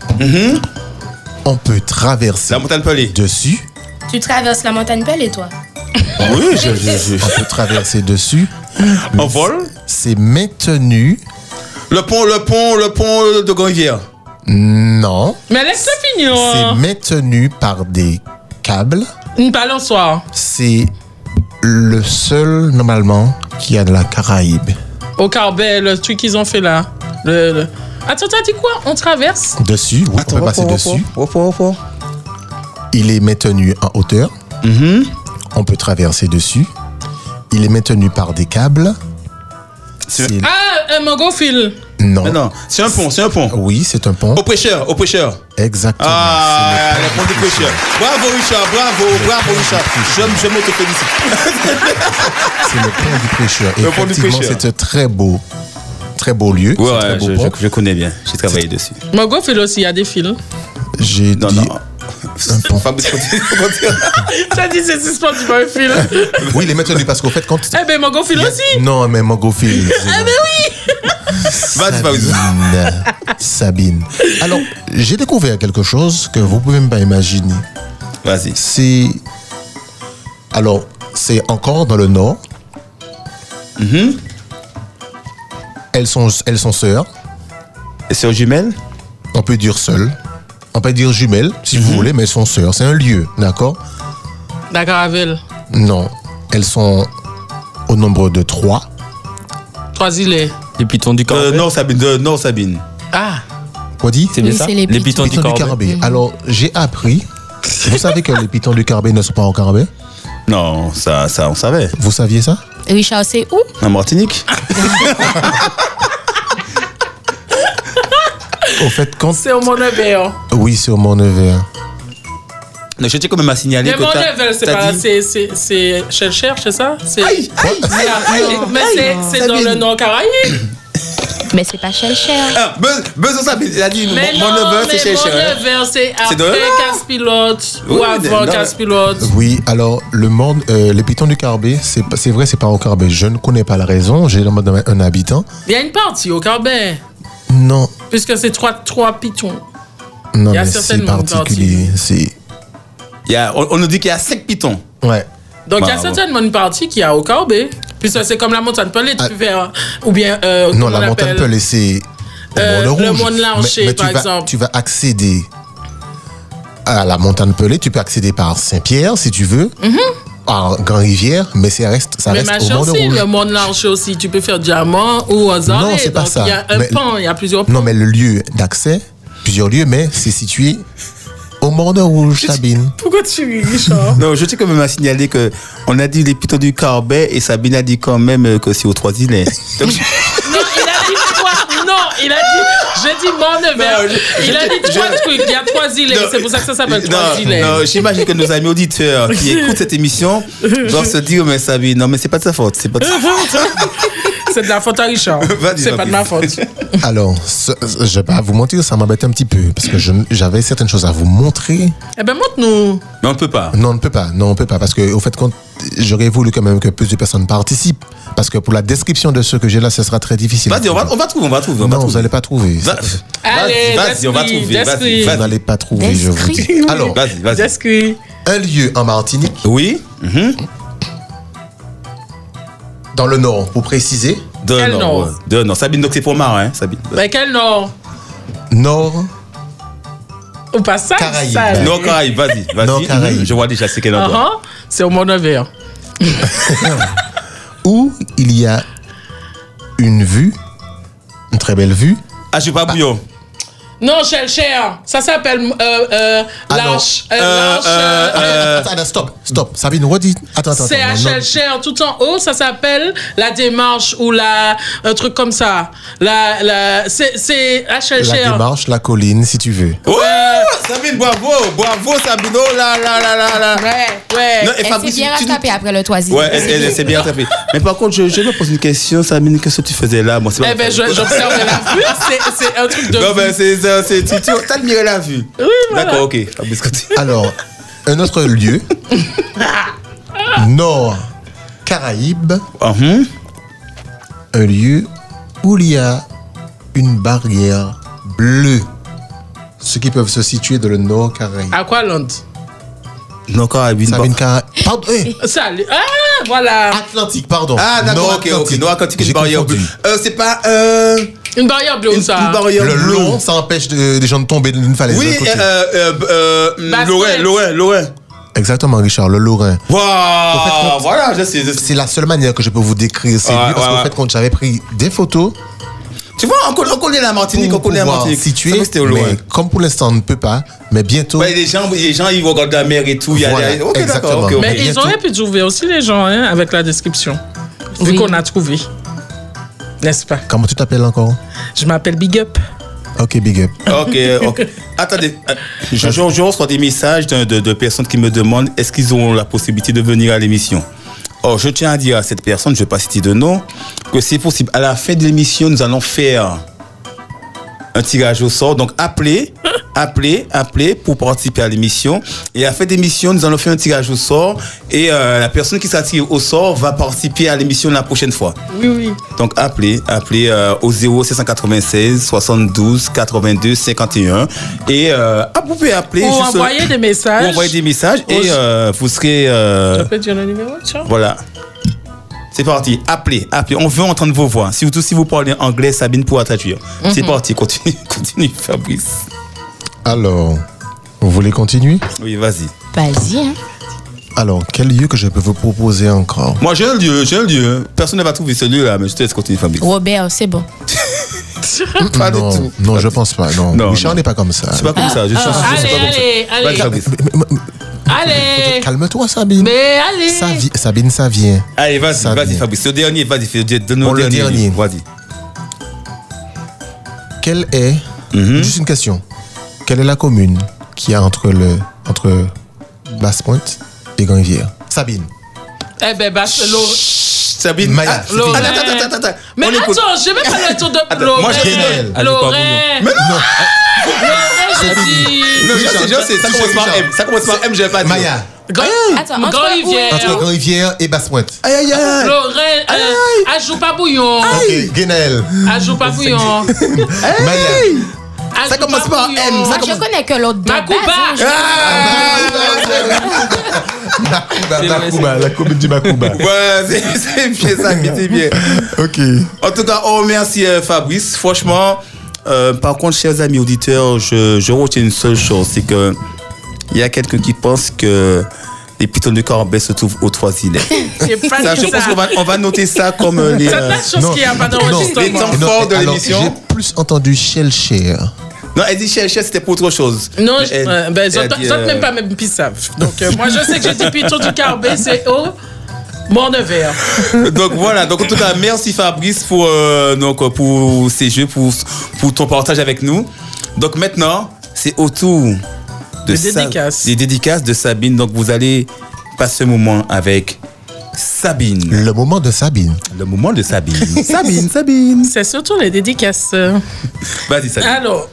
On peut traverser La montagne Pelée. dessus. Tu traverses la montagne Pelée, toi? Oui, je, je, je- On peut traverser dessus. En vol. C'est maintenu. Le pont, le pont, le pont de Grandrivière. Non. Mais laisse-le C'est finir. maintenu par des câbles. Une balançoire. C'est le seul, normalement, qui a de la Caraïbe. Au Carbet, le truc qu'ils ont fait là. Le, le- Attends, t'as dit quoi? On traverse? Dessus, oui, on peut passer dessus. Repos, repos. Il est maintenu en hauteur. On peut traverser dessus. Il est maintenu par des câbles. C'est- C'est- Ah, un mogophile. Non. Mais non, c'est un pont, c'est un pont. Oui, c'est un pont. Au prêcheur, au prêcheur. Exactement. Ah, C'est le pont du prêcheur. Bravo Richard, bravo, bravo Richard. Je, je m'auto-félicite. c'est le pont du prêcheur. Et Le pont du effectivement, prêcheur. c'est un très beau, très beau lieu. Ouais, C'est un très ouais, beau je, pont. je, je connais bien. J'ai travaillé dessus. Mogophile aussi, il y a des fils. J'ai Non, dit non. pont. Fabrice, continue, continue. T'as dit c'est suspend du un fil. Oui, il est maintenu parce qu'au fait, quand. Eh ben, mogophile il y a- aussi. Non, mais Mogophile. Ah, ben oui. Vas-y, Fabrice. Sabine. Sabine. Alors, j'ai découvert quelque chose que vous pouvez même pas imaginer. Vas-y. C'est. Alors, c'est encore dans le nord. Elles sont, elles sont sœurs. Et sœurs jumelles? On peut dire seules. On peut dire jumelles, si vous voulez, mais elles sont sœurs. C'est un lieu, d'accord? La Caravelle. Non. Elles sont au nombre de trois. Trois îlets. Les pitons du Euh, Carbet. non, Sabine, de Nord Sabine. Ah. Quoi dit? C'est bien Oui, ça? c'est les Les pitons pitons. du Pitons du Carbet. Carbet. Alors, j'ai appris. Vous savez que les pitons du Carbet ne sont pas en Carbet? Non, ça, ça, on savait. Vous saviez ça? Richard, c'est où? En Martinique. Au fait, quand. C'est au Mont-Nevers. Oui, c'est au Mont-Nevers. Non, je tiens quand même à signaler Mais que Mont-Nevers, c'est t'as pas. dit... C'est, c'est, c'est Cher-Cher, c'est ça? C'est... Aïe, aïe, C'est aïe, la- aïe, non, mais aïe, c'est, aïe, c'est dans Sabine. le Nord-Caraïbe. Mais c'est pas cher cher. Ah, Buzz, Buzz, ça, il a dit Mais mon non, neveu, c'est mais chez cher. Mont-Nevers, c'est C'est dans le après Nord. Casse-Pilote Oui, ou mais avant non. Casse-Pilote. Oui, alors, le monde, euh, les pitons du Carbet, c'est, pas- c'est vrai, c'est pas au Carbet. Je ne connais pas la raison. J'ai un, un habitant. Il y a une partie au Carbet, Non, puisque c'est trois, trois pitons. non, Il y a mais c'est certainement une particulier. C'est. Il y a, on, on nous dit qu'il y a cinq pitons. Ouais. Donc il y a Bah, certainement une partie qui a au Carbet, puisque c'est comme la montagne Pelée, tu Ah. peux faire, ou bien, euh, Non, comment la on montagne appelle? Pelée, c'est. Euh, Monde le Rouge. Mont Larcher, Mais- mais par tu vas- exemple. Tu vas accéder à la montagne Pelée. Tu peux accéder par Saint-Pierre, si tu veux. Par Grand-Rivière, mais ça reste, ça Mais reste ma au chère Monde aussi, Rouge. le monde large aussi, tu peux faire diamant ou hasard. Non, c'est pas Donc ça. il y a un Mais- pan, il y a plusieurs pans. Non, mais le lieu d'accès, plusieurs lieux, mais c'est situé au Monde Rouge, Sabine. Pourquoi tu ris, Richard? Non, je tiens quand même à signaler que on a dit les pitons du Carbet et Sabine a dit quand même que c'est aux trois îlets. Donc, Non, il a dit trois. Non, il a dit. J'ai dit Mont-Nevers. Non, je- Il a je- dit trois je- trucs. Il y a trois îlets. Non. C'est pour ça que ça s'appelle non, trois îlets. non, j'imagine que nos amis auditeurs qui écoutent cette émission doivent se dire, mais Sabine, non, mais c'est pas de sa faute. C'est pas de sa faute. C'est de la faute à Richard. Vas-y, C'est pas de ma faute. Alors, ce- ce- je vais pas vous mentir, ça m'embête un petit peu, parce que je- j'avais certaines choses à vous montrer. Eh ben, montre-nous. Mais on ne peut pas. Non, on ne peut pas. Non, on ne peut pas. Parce que, au fait, quand, j'aurais voulu quand même que plus de personnes participent. Parce que pour la description de ce que j'ai là, ce sera très difficile. Vas-y, on va, on va trouver, on va trouver. On va Non, vous trouver. n'allez pas trouver. Va- Allez, Vas-y, on va d'esprit, trouver. Vas-y, d'esprit. Vous vas-y. n'allez pas trouver, je vous dis. D'esprit. Alors, Vas-y, vas-y. D'esprit. un lieu en Martinique, Oui. Mhm. dans le nord, pour préciser. De Quel non, nom? ouais. De non. Sabine, donc c'est pour marin, hein, Sabine. Mais quel nom? Nord, Au passage, Caraïbes. ça. Non, Caraïbes, vas-y, vas-y. Non, Caraïbes. Mhm, je vois déjà c'est quel endroit. Uh-huh. C'est au Mont-Nevers. où il y a une vue, une très belle vue. Ah, je suis pas bouillon. Non, cher, cher. Ça s'appelle euh, euh, Alors, Larche. Euh, euh, Larche, euh, euh, Attends, attends, stop, stop. Sabine, redis. Attends, attends. C'est à attends, non, cher, cher, tout en haut, ça s'appelle la démarche ou la un truc comme ça. La la c'est c'est à cher, La cher. démarche, la colline, si tu veux. Oh, Sabine, bravo, bravo, Sabine. Oh là là là là là. Ouais, ouais. Non, et Elle s'est Fabrice, bien tu- tu- rattrapée après le troisième. Ouais, elle, elle, elle s'est bien rattrapée. Mais par contre, je, je me pose une question, Sabine, qu'est-ce que tu faisais là? Moi, c'est pas Eh ben, je- j'observe la vue, c'est c'est un truc de Non, vue. ben, c'est ça, c'est. Tu tu- t'as admiré la vue. Oui, voilà. D'accord, ok. Fabrice, continue. Alors, un autre lieu, Nord Caraïbes, Mhm. un lieu où il y a une barrière bleue. Ceux qui peuvent se situer dans le Nord Caraïbes. Aqualand. Non, Caraïbes. Sabine Caraïbes. Pardon, eh, Salut. Ah, voilà. Atlantique, pardon. Ah, d'accord, ok, ok. Nord-Atlantique. Non, Atlantique, J'ai une barrière confondu. bleue. Euh, c'est pas. Euh, Une barrière bleue, une, ça. une barrière Le bleue. long, ça empêche de- des gens de tomber d'une falaise. Oui, de l'autre côté. euh, euh, euh, Basket. Lorrain, Lorrain, Lorrain. Exactement, Richard, le Lorrain. Waouh, voilà, je sais, je sais. C'est la seule manière que je peux vous décrire ces Ouais, lieux, parce ouais, qu'en ouais. fait, quand j'avais pris des photos, Tu vois, on connaît, on connaît la Martinique, on pour connaît la pouvoir Martinique. situer, C'est vrai que c'était au loin. mais comme pour l'instant on ne peut pas, mais bientôt, Ouais, les gens, les gens, ils regardent la mer et tout. Il y a, Voilà, il y a- ok, exactement. d'accord, ok, ok. Mais Mais ils bientôt- auraient pu trouver aussi les gens hein, avec la description. Vu Oui. qu'on a trouvé. N'est-ce pas? comment tu t'appelles encore? Je m'appelle Big Up. Ok, big up. Ok, ok. Attendez, euh, je, je, je reçois des messages de, de, de personnes qui me demandent est-ce qu'ils ont la possibilité de venir à l'émission. Or, je tiens à dire à cette personne, je ne vais pas citer de nom, que c'est possible. À la fin de l'émission, nous allons faire un tirage au sort. Donc, appelez, appelez, appelez pour participer à l'émission. Et à la fin de l'émission, nous allons faire un tirage au sort. Et euh, la personne qui s'attire au sort va participer à l'émission la prochaine fois. Oui, oui. Donc appelez, appelez euh, au zéro sept cent quatre-vingt-seize soixante-douze quatre-vingt-deux cinquante et un et euh, ah, vous pouvez appeler Ou juste- envoyer des messages. ou envoyer des messages et Aux- euh, vous serez euh, Je peux dire le numéro, tiens. voilà. C'est parti, appelez, appelez. On veut entendre vos voix. Surtout si vous parlez anglais, Sabine pourra traduire. C'est parti, continue, continue, Fabrice. Alors, vous voulez continuer? Oui, vas-y. Vas-y, hein. Alors, quel lieu que je peux vous proposer encore? Moi, j'ai un lieu, j'ai un lieu. Personne ne va trouver ce lieu-là, mais je te laisse continuer, Fabrice. Robert, c'est bon. Pas non, du tout. non, je pense pas. Non, Non, Richard non. n'est pas comme ça. C'est pas comme ça. Je, je- je suis Allez, pas comme ça. allez, allez. Vas-y, Fabrice. Mais- mais- mais- Allez. Calme-toi, Sabine. Mais allez. Ça vi- Sabine, ça vient. Allez, vas-y, Ça vas-y, vient. Fabrice. Le dernier, vas-y, fais- donne-nous Bon, le le dernier. dernier. Vas-y. Quel est Mhm. Juste une question. Quelle est la commune qui a entre, le, entre Basse-Pointe et Grand-Rivière? Sabine. Eh ben, bah, Laure- Sabine. Maya, Ah, c'est Laure- fini. attends, attends, attends, attends. Mais On écoute. attends, j'ai même pas le tour de Attends, Laure. moi, je connais elle. Elle est Laure. pas Mais non. Laure, j'ai dit. Non, je sais, je sais, ça commence par M. Ça commence par M, je vais pas dire. Maya. Grand- Attends, entre Grand-Rivière. Entre Grand-Rivière et Basse-Pointe. Aïe, aïe, aïe. Lorraine, euh, ajoute pas bouillon. Ok, Guénaël. Ajoute pas bouillon. Maya. Ajoute Ça commence pas par bouillon. M, ça Moi, je connais que l'autre de Macouba. base, hein, Makuba, Makuba, la commune du Makuba. Ouais, c'est c'est bien ça, c'est bien. Ok. En tout cas, on remercie euh, Fabrice. Franchement, euh, par contre, chers amis auditeurs, je, je retiens une seule chose, c'est que il y a quelqu'un qui pense que les pitons de Cambrai se trouvent aux Trois-Îlets. C'est pas Ça, dit je pense ça. qu'on va, on va noter ça comme euh, les. C'est euh, pas de chose qu'il y a pas les d'enregistrement. temps forts de alors, l'émission. j'ai plus entendu Shell Share. Non, elle dit cher, cher, c'était pour autre chose. Non, Mais je- elle- euh, ben, elle ils ont dit, ils ont euh, même pas même pis savent. Donc, euh, moi, je sais que j'ai dit Piton du Carbet, c'est au Mont-de-Verre. Donc voilà, donc en tout cas, merci Fabrice pour, euh, donc, pour ces jeux, pour, pour ton partage avec nous. Donc maintenant, c'est au tour de Les Sa- dédicaces. des dédicaces de Sabine. Donc vous allez passer un moment avec Sabine. Le moment de Sabine. Le moment de Sabine. Sabine, Sabine. C'est surtout les dédicaces. Vas-y Sabine. Alors,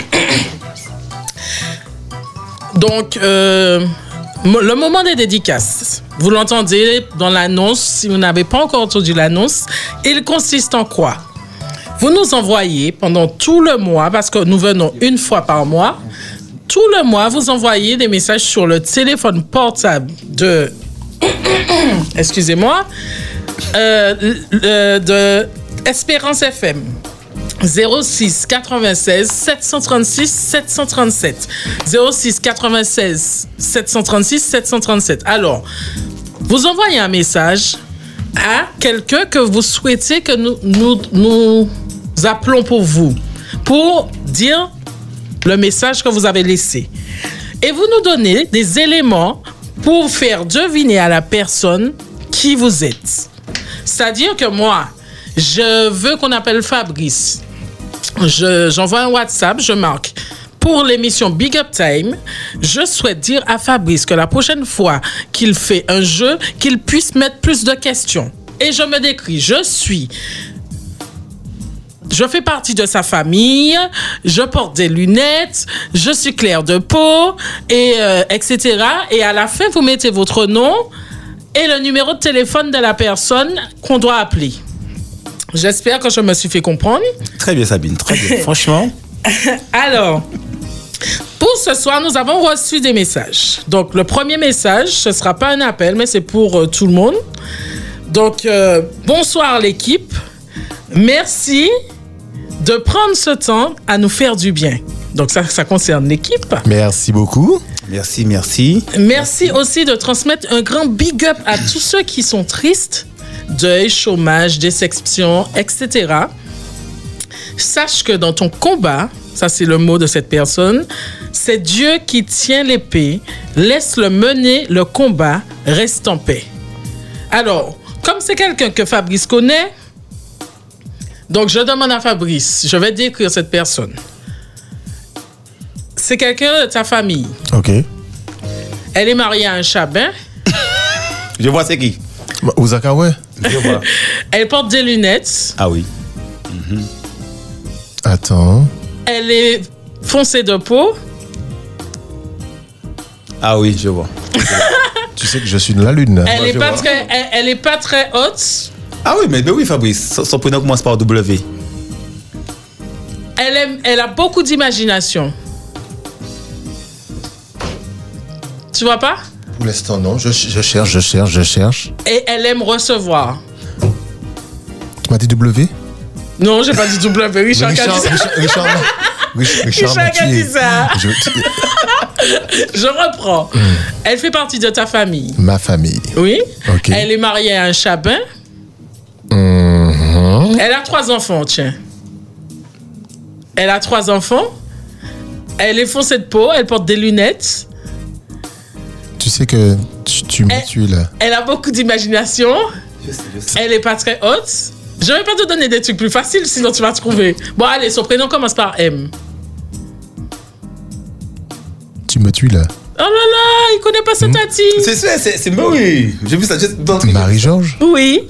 donc, euh, mo- le moment des dédicaces, vous l'entendez dans l'annonce, si vous n'avez pas encore entendu l'annonce, il consiste en quoi? Vous nous envoyez pendant tout le mois, parce que nous venons une fois par mois, tout le mois, vous envoyez des messages sur le téléphone portable de... Excusez-moi. euh, le- de Espérance F M. zéro six quatre-vingt-seize sept cent trente-six sept cent trente-sept. zéro six quatre-vingt-seize sept cent trente-six sept cent trente-sept. Alors, vous envoyez un message à quelqu'un que vous souhaitez que nous, nous, nous appelons pour vous, pour dire le message que vous avez laissé. Et vous nous donnez des éléments pour faire deviner à la personne qui vous êtes. C'est-à-dire que moi, je veux qu'on appelle Fabrice. Je, j'envoie un WhatsApp, je marque. Pour l'émission Big Up Time, je souhaite dire à Fabrice que la prochaine fois qu'il fait un jeu, qu'il puisse mettre plus de questions. Et je me décris, je suis... Je fais partie de sa famille, je porte des lunettes, je suis claire de peau, et, euh, et cetera. Et à la fin, vous mettez votre nom et le numéro de téléphone de la personne qu'on doit appeler. J'espère que je me suis fait comprendre. Très bien Sabine, très bien. Franchement. Alors, pour ce soir, nous avons reçu des messages. Donc, le premier message, ce ne sera pas un appel, mais c'est pour euh, tout le monde. Donc, euh, bonsoir l'équipe. Merci de prendre ce temps à nous faire du bien. Donc, ça, ça concerne l'équipe. Merci beaucoup. Merci, merci. Merci aussi de transmettre un grand big up à tous ceux qui sont tristes, deuil, chômage, déception, et cetera. Sache que dans ton combat, ça c'est le mot de cette personne, c'est Dieu qui tient l'épée, laisse-le mener le combat, reste en paix. Alors, comme c'est quelqu'un que Fabrice connaît, donc je demande à Fabrice, je vais décrire cette personne. C'est quelqu'un de ta famille. Ok. Elle est mariée à un chabin. Je vois c'est qui. Ouzaka, ouais. Je vois. Elle porte des lunettes. Ah oui. Attends. Elle est foncée de peau. Ah oui, je vois. Tu sais que je suis de la lune. Elle Moi, est je pas vois. très, elle, elle est pas très haute. Ah oui, mais, mais oui Fabrice, son, son prénom commence par W. Elle, aime- elle a beaucoup d'imagination. Tu vois pas? Pour l'instant, non. Je, je cherche, je cherche, je cherche. Et elle aime recevoir. Tu m'as dit W? Non, j'ai pas dit W. Richard qui a dit ça. Richard, Richard, Richard, Richard, Richard m'a qui a dit tué. ça. Je- Je reprends. Elle fait partie de ta famille. ma famille. Oui. Ok. Elle est mariée à un chabin. Mhm. Elle a trois enfants, tiens. Elle a trois enfants. Elle est foncée de peau. Elle porte des lunettes. Tu sais que tu, tu m'as Eh. tué là. Elle a beaucoup d'imagination. Elle est pas très haute. Je vais pas te donner des trucs plus faciles, sinon tu vas trouver. Bon, allez, son prénom commence par M. tu me tues là. Oh là là, il connaît pas sa tati. C'est ça, c'est, c'est moi, oui. J'ai vu ça juste dans le Marie-Georges. Oui.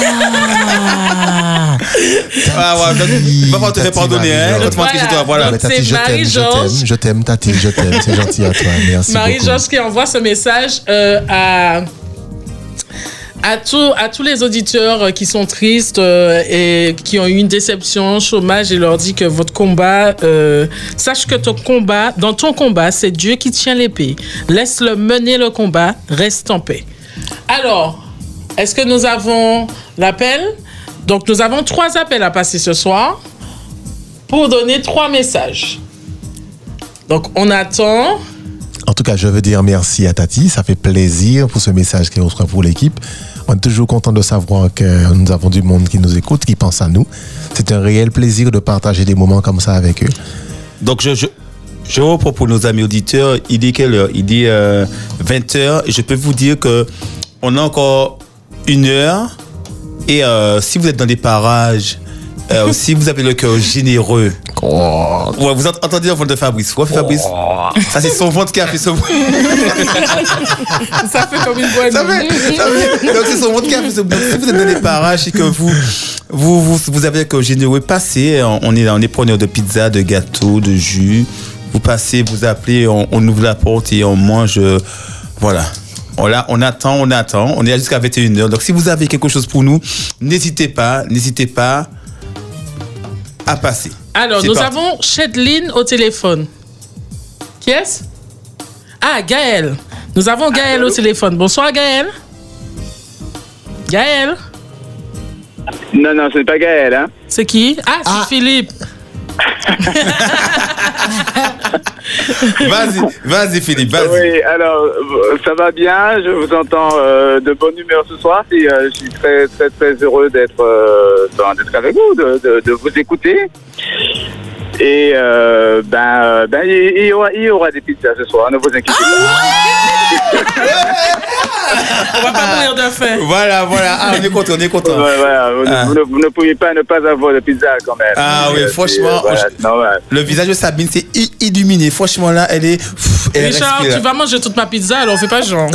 Ah, Ah ouais, donc, il va falloir te faire pardonner, hein. Marie-Georges. Quand tu rentres chez toi, voilà. Mais Tati, C'est je t'aime, je Marie-Georges. t'aime, je t'aime, Tati, je t'aime. C'est gentil à toi. Merci Marie-Georges qui envoie ce message euh, à, à, tout, à tous les auditeurs qui sont tristes euh, et qui ont eu une déception, chômage, et leur dit que votre combat, euh, sache que ton combat, dans ton combat, c'est Dieu qui tient l'épée. Laisse-le mener le combat, reste en paix. Alors, est-ce que nous avons l'appel? Donc, nous avons trois appels à passer ce soir pour donner trois messages. Donc, on attend. En tout cas, je veux dire merci à Tati. Ça fait plaisir pour ce message qu'il reçoit pour l'équipe. On est toujours content de savoir que nous avons du monde qui nous écoute, qui pense à nous. C'est un réel plaisir de partager des moments comme ça avec eux. Donc, je, je, je reprends pour nos amis auditeurs. Il dit quelle heure? Il dit euh, vingt heures. Et je peux vous dire qu'on a encore une heure. Et euh, si vous êtes dans des parages, euh, si vous avez le cœur généreux, Oh. ouais, vous entendez le ventre de Fabrice. Quoi fait Fabrice? Ça, c'est son ventre qui a fait ce bruit. Ça fait comme une bonne. Ça fait, ça fait. Donc, c'est son ventre qui a fait ce bruit. Donc, si vous êtes dans des parages et que vous, vous, vous, vous avez le cœur généreux, passez. On est là, on est preneur de pizza, de gâteaux, de jus. Vous passez, vous appelez, on, on ouvre la porte et on mange. Euh, voilà. On, là, on attend, on attend. On est là jusqu'à vingt et une heures. Donc, si vous avez quelque chose pour nous, n'hésitez pas, n'hésitez pas à passer. Alors, C'est nous parti. avons Chedline au téléphone. Qui est-ce? Ah, Gaël. Nous avons Gaël au téléphone. Bonsoir, Gaël. Gaël. Non, non, ce n'est pas Gaël, hein. C'est qui? Ah, c'est Ah. Philippe. Vas-y, vas-y Philippe, vas-y. Oui, alors, euh, ça va bien, je vous entends euh, de bonne humeur ce soir, et euh, je suis très, très, très heureux d'être, euh, ben, d'être avec vous, de, de, de vous écouter. Et euh, ben, ben il, il, y aura, il y aura des pizzas ce soir, ne vous inquiétez pas. On va pas mourir de faim. Voilà, voilà. Ah, on est content, on est content. Ouais, voilà, vous, Ah. ne, vous, ne, vous ne pouvez pas ne pas avoir de pizza quand même. Ah oui, Euh, franchement, c'est, voilà, je- non, ouais. Le visage de Sabine, c'est i- illuminé. Franchement, là, elle est. pff, elle Richard, respire. tu vas manger toute ma pizza, alors on fait pas genre.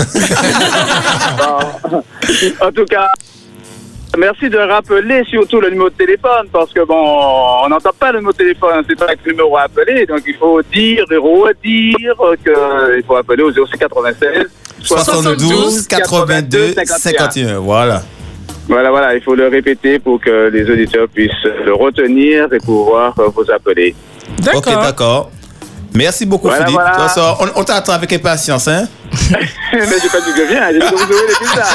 Bon. En tout cas, merci de rappeler surtout le numéro de téléphone parce que bon, on n'entend pas le numéro de téléphone, c'est pas le numéro à appeler, donc il faut dire, redire qu'il faut appeler au zéro six quatre-vingt-seize soixante-douze, quatre-vingt-deux, cinquante et un. Voilà. Voilà, voilà, il faut le répéter pour que les auditeurs puissent le retenir et pouvoir euh, vous appeler. D'accord. Ok, d'accord. Merci beaucoup, Voilà, Philippe. voilà. Toi, ça, on, on t'attend avec impatience, hein? Mais j'ai pas dit que je viens, j'ai dit que vous aurez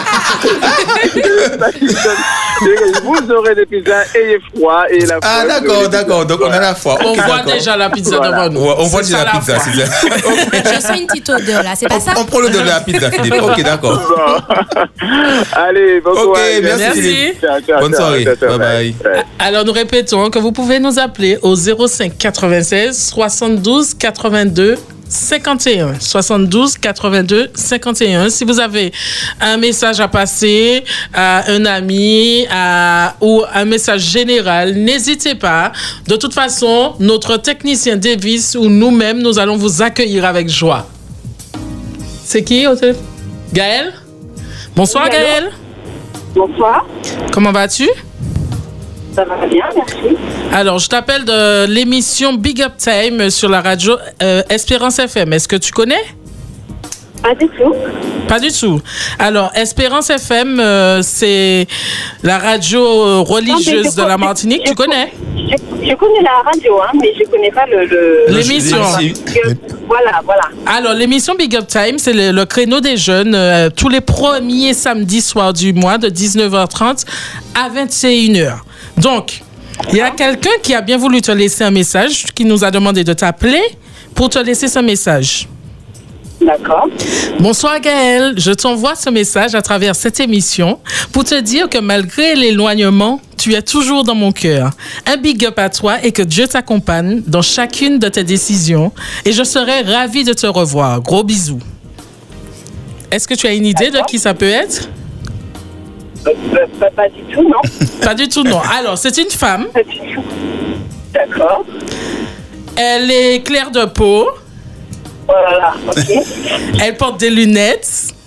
des pizzas. J'ai pas dit que- j'ai dit que vous aurez des pizzas, ayez froid et la Ah, foi, vous d'accord, aurez des d'accord. pizzas. Donc, on a la foi. On Ok, voit d'accord. déjà la pizza Voilà. devant nous. Ouais, on voit C'est déjà ça, la pizza, foi. c'est ça. Je sens une petite odeur là, c'est pas ça? On prend le de la pizza, Philippe. Ok, d'accord. Bon. Allez, bon Ok, courage. merci, Merci. Philippe. Ciao, ciao, Bonne ciao, soirée. ciao, ciao, Bye bye. Ouais. Alors, nous répétons que vous pouvez nous appeler au zéro cinq quatre-vingt-seize soixante-douze quatre-vingt-deux cinquante et un. soixante-douze quatre-vingt-deux cinquante et un. Si vous avez un message à passer à un ami à, ou un message général, n'hésitez pas. De toute façon, notre technicien Davis ou nous-mêmes, nous allons vous accueillir avec joie. C'est qui au téléphone? Gaël? Bonsoir, Oui, allô? Gaël. Bonsoir, Comment vas-tu? ça va bien, merci. Alors, je t'appelle de l'émission Big Up Time sur la radio euh, Espérance F M. Est-ce que tu connais? Pas du tout. Pas du tout. Alors, Espérance F M, euh, c'est la radio euh, Non, mais religieuse je de la connais- Martinique. je Tu connais? Je, je connais la radio, hein, mais je connais pas le... le- L'émission. que- Voilà, voilà. Alors, l'émission Big Up Time, c'est le, le créneau des jeunes euh, tous les premiers samedis soirs du mois de dix-neuf heures trente à vingt et une heures. Donc, il y a quelqu'un qui a bien voulu te laisser un message, qui nous a demandé de t'appeler pour te laisser ce message. D'accord. Bonsoir Gaël, je t'envoie ce message à travers cette émission pour te dire que malgré l'éloignement, tu es toujours dans mon cœur. Un big up à toi et que Dieu t'accompagne dans chacune de tes décisions et je serai ravie de te revoir. Gros bisous. Est-ce que tu as une idée de qui ça peut être? Euh, pas, pas du tout, non. Pas du tout, non. Alors, c'est une femme. Pas du tout. D'accord. Elle est claire de peau. Voilà, ok. Elle porte des lunettes.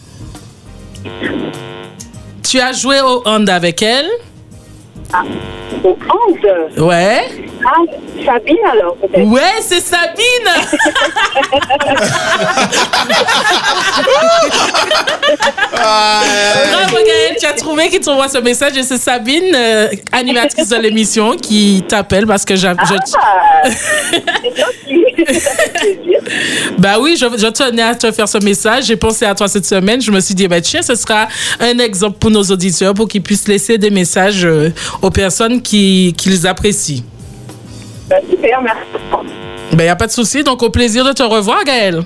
Tu as joué au hand avec elle? Ah, au hand? Ouais. Ah, Sabine alors, peut-être? Ouais, c'est Sabine. Bravo Gaëlle, tu as trouvé qui t'envoie ce message et c'est Sabine, euh, animatrice de l'émission, qui t'appelle parce que j'ai... Ah, c'est gentil. Bah oui, je, je tenais à te faire ce message. J'ai pensé à toi cette semaine. Je me suis dit, bah tiens, ce sera un exemple pour nos auditeurs pour qu'ils puissent laisser des messages euh, aux personnes qui, qui les apprécient. Bah, super, merci. Ben, y a pas de souci. Donc, au plaisir de te revoir, Gaëlle.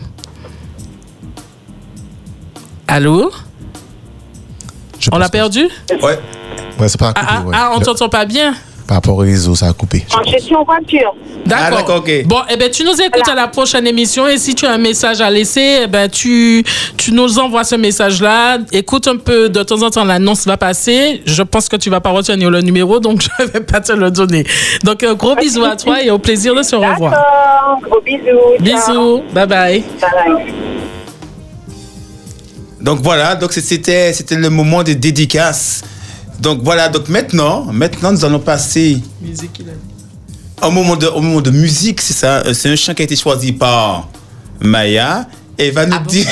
Allô? Je On l'a pense perdu? Ouais. que- Ouais, c'est pas Ah, coupé, ah, ouais. ah, on Le- t'entend pas bien? Par rapport au réseau, ça a coupé. Non, je suis en voiture. D'accord. Ah, d'accord, ok. Bon, eh ben, tu nous écoutes Voilà. à la prochaine émission et si tu as un message à laisser, eh ben, tu, tu nous envoies ce message-là. Écoute un peu, de temps en temps, l'annonce va passer. Je pense que tu vas pas retenir le numéro, donc je vais pas te le donner. Donc, un gros bisou à toi et au plaisir de se revoir. D'accord, gros bisous. Bisous. Bye bye. Ciao. Bye. Donc voilà, donc c'était c'était le moment de dédicace. Donc voilà, donc maintenant, maintenant nous allons passer au moment de au moment de musique, c'est ça. euh, C'est un chant qui a été choisi par Maya et elle va nous dire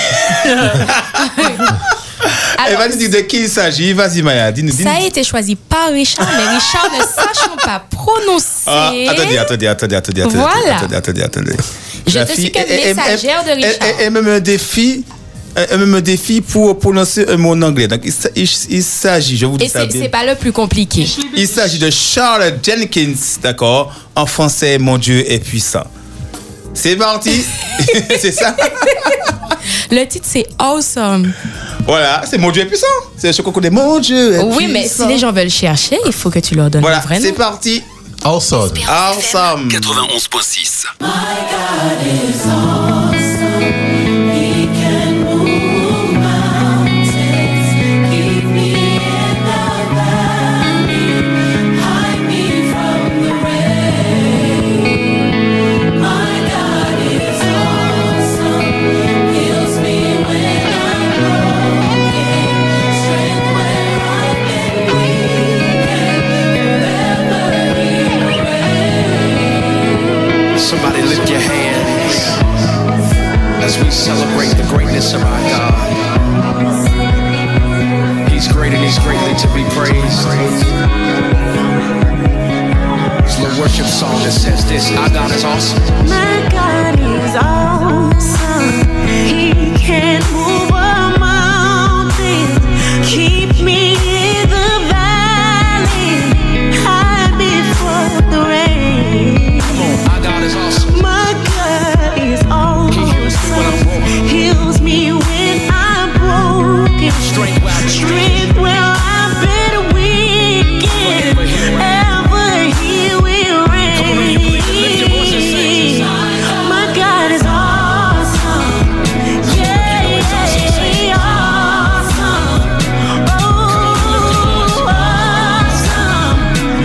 elle va nous dire de qui il s'agit. Vas-y Maya, dis-nous. Ça dis-nous. a été choisi par Richard, mais Richard ne sachant pas prononcer. Ah, attendez, attendez, attendez, attendez, attendez, Voilà. attendez, attendez, attendez. Je La te fille, suis comme elle- elle- messagère de elle- Richard. Elle, elle me met un défi, elle elle me met un défi pour prononcer un mot en anglais. Donc il, sa- il- il s'agit, je vous dis Et ça c'est bien. c'est pas le plus compliqué. Il s'agit de Charles Jenkins, d'accord? En français, mon Dieu est puissant. C'est parti. C'est ça. Le titre, c'est Awesome. Voilà, c'est mon Dieu est puissant. C'est je connais mon Dieu est Oui, mais si puissant. les gens veulent chercher, il faut que tu leur donnes Voilà, le vrai c'est nom. parti. Awesome. Awesome. quatre-vingt-onze point six. Somebody lift your hands as we celebrate the greatness of our God. He's great and he's greatly to be praised. It's a worship song that says this: our God is awesome. My God is awesome. He can move a mountain, keep me in the valley, hide before the rain. Our God is awesome. My God is awesome. Heals me when I'm broken. Strength where I've been Strength where I've been weak. Ever He will reign. My God is awesome. Yeah, yeah, awesome. Oh, awesome.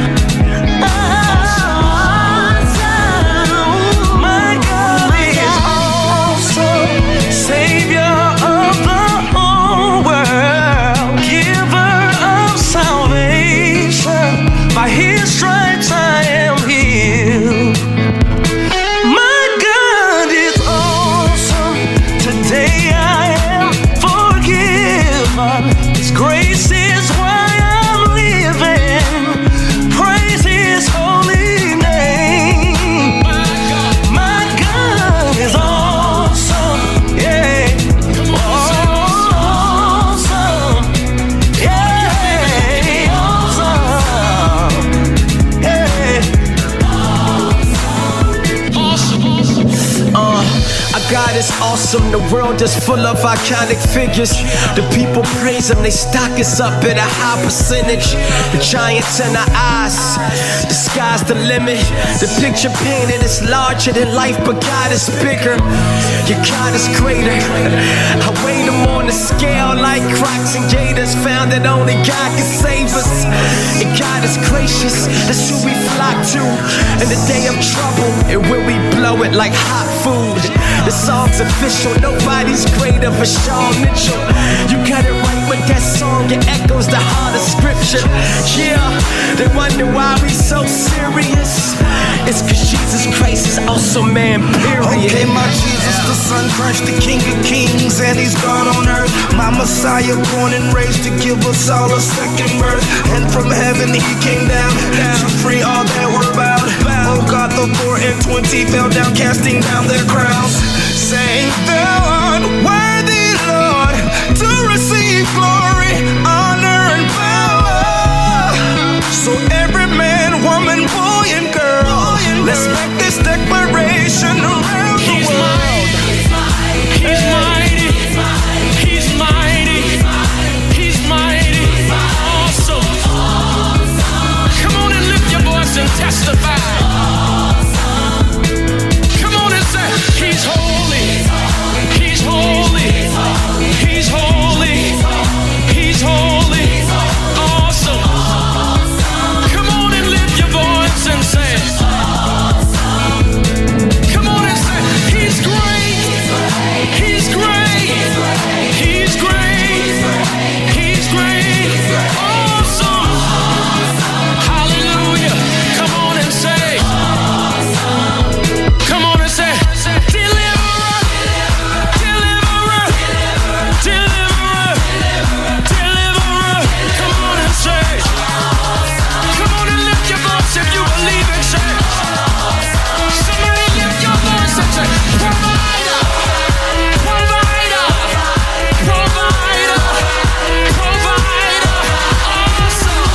Awesome. My God is awesome. Savior of the whole world, giver of salvation. By His stripes I am healed. My God is awesome. Today I am forgiven. His grace is why I'm living. Praise His holy name. My God is awesome. Yeah. Awesome. Yeah. Awesome. Yeah. Uh, our God is awesome. The world is full of iconic figures. The people praise Him. They stock us up at a high percentage. The giants in our eyes. The sky's the limit. The picture painted is larger than life, but God is bigger. Your God is greater. I weighed Him on the scale like Crocs and Gators. Found that only God can save us. And God is gracious. That's who we flock to in the day of trouble. And when we blow it like hot food. The song's official, nobody's greater for Sean Mitchell. You got it right with that song, it echoes the heart of scripture. Yeah, they wonder why we so serious. It's cause Jesus Christ is also man, period. Okay, my Jesus, the Son Christ, the King of Kings, and He's God on earth. My Messiah, born and raised to give us all a second birth. And from heaven He came down to free all that were bound. Oh God, the four and twenty fell down, casting down their crowns, saying, Thou art worthy, Lord, to receive glory, honor, and power. So every man, woman, boy, and girl, let's make this declaration around the He's world. mighty. He's mighty. He's mighty. He's mighty. Awesome. Come on and lift your voice and testify. Come on and say, He's holy. He's holy. He's holy. He's holy. Awesome. Come on and lift your voice and say, come on and say, He's great. He's great. He's great. He's great. Awesome. Hallelujah. Come on and say, come on and say, deliverer, deliverer, deliverer, deliverer. Come on and say, come on and lift your voice if you believe it. Say, somebody lift your voice and say, provider, provider, provider, provider. Awesome.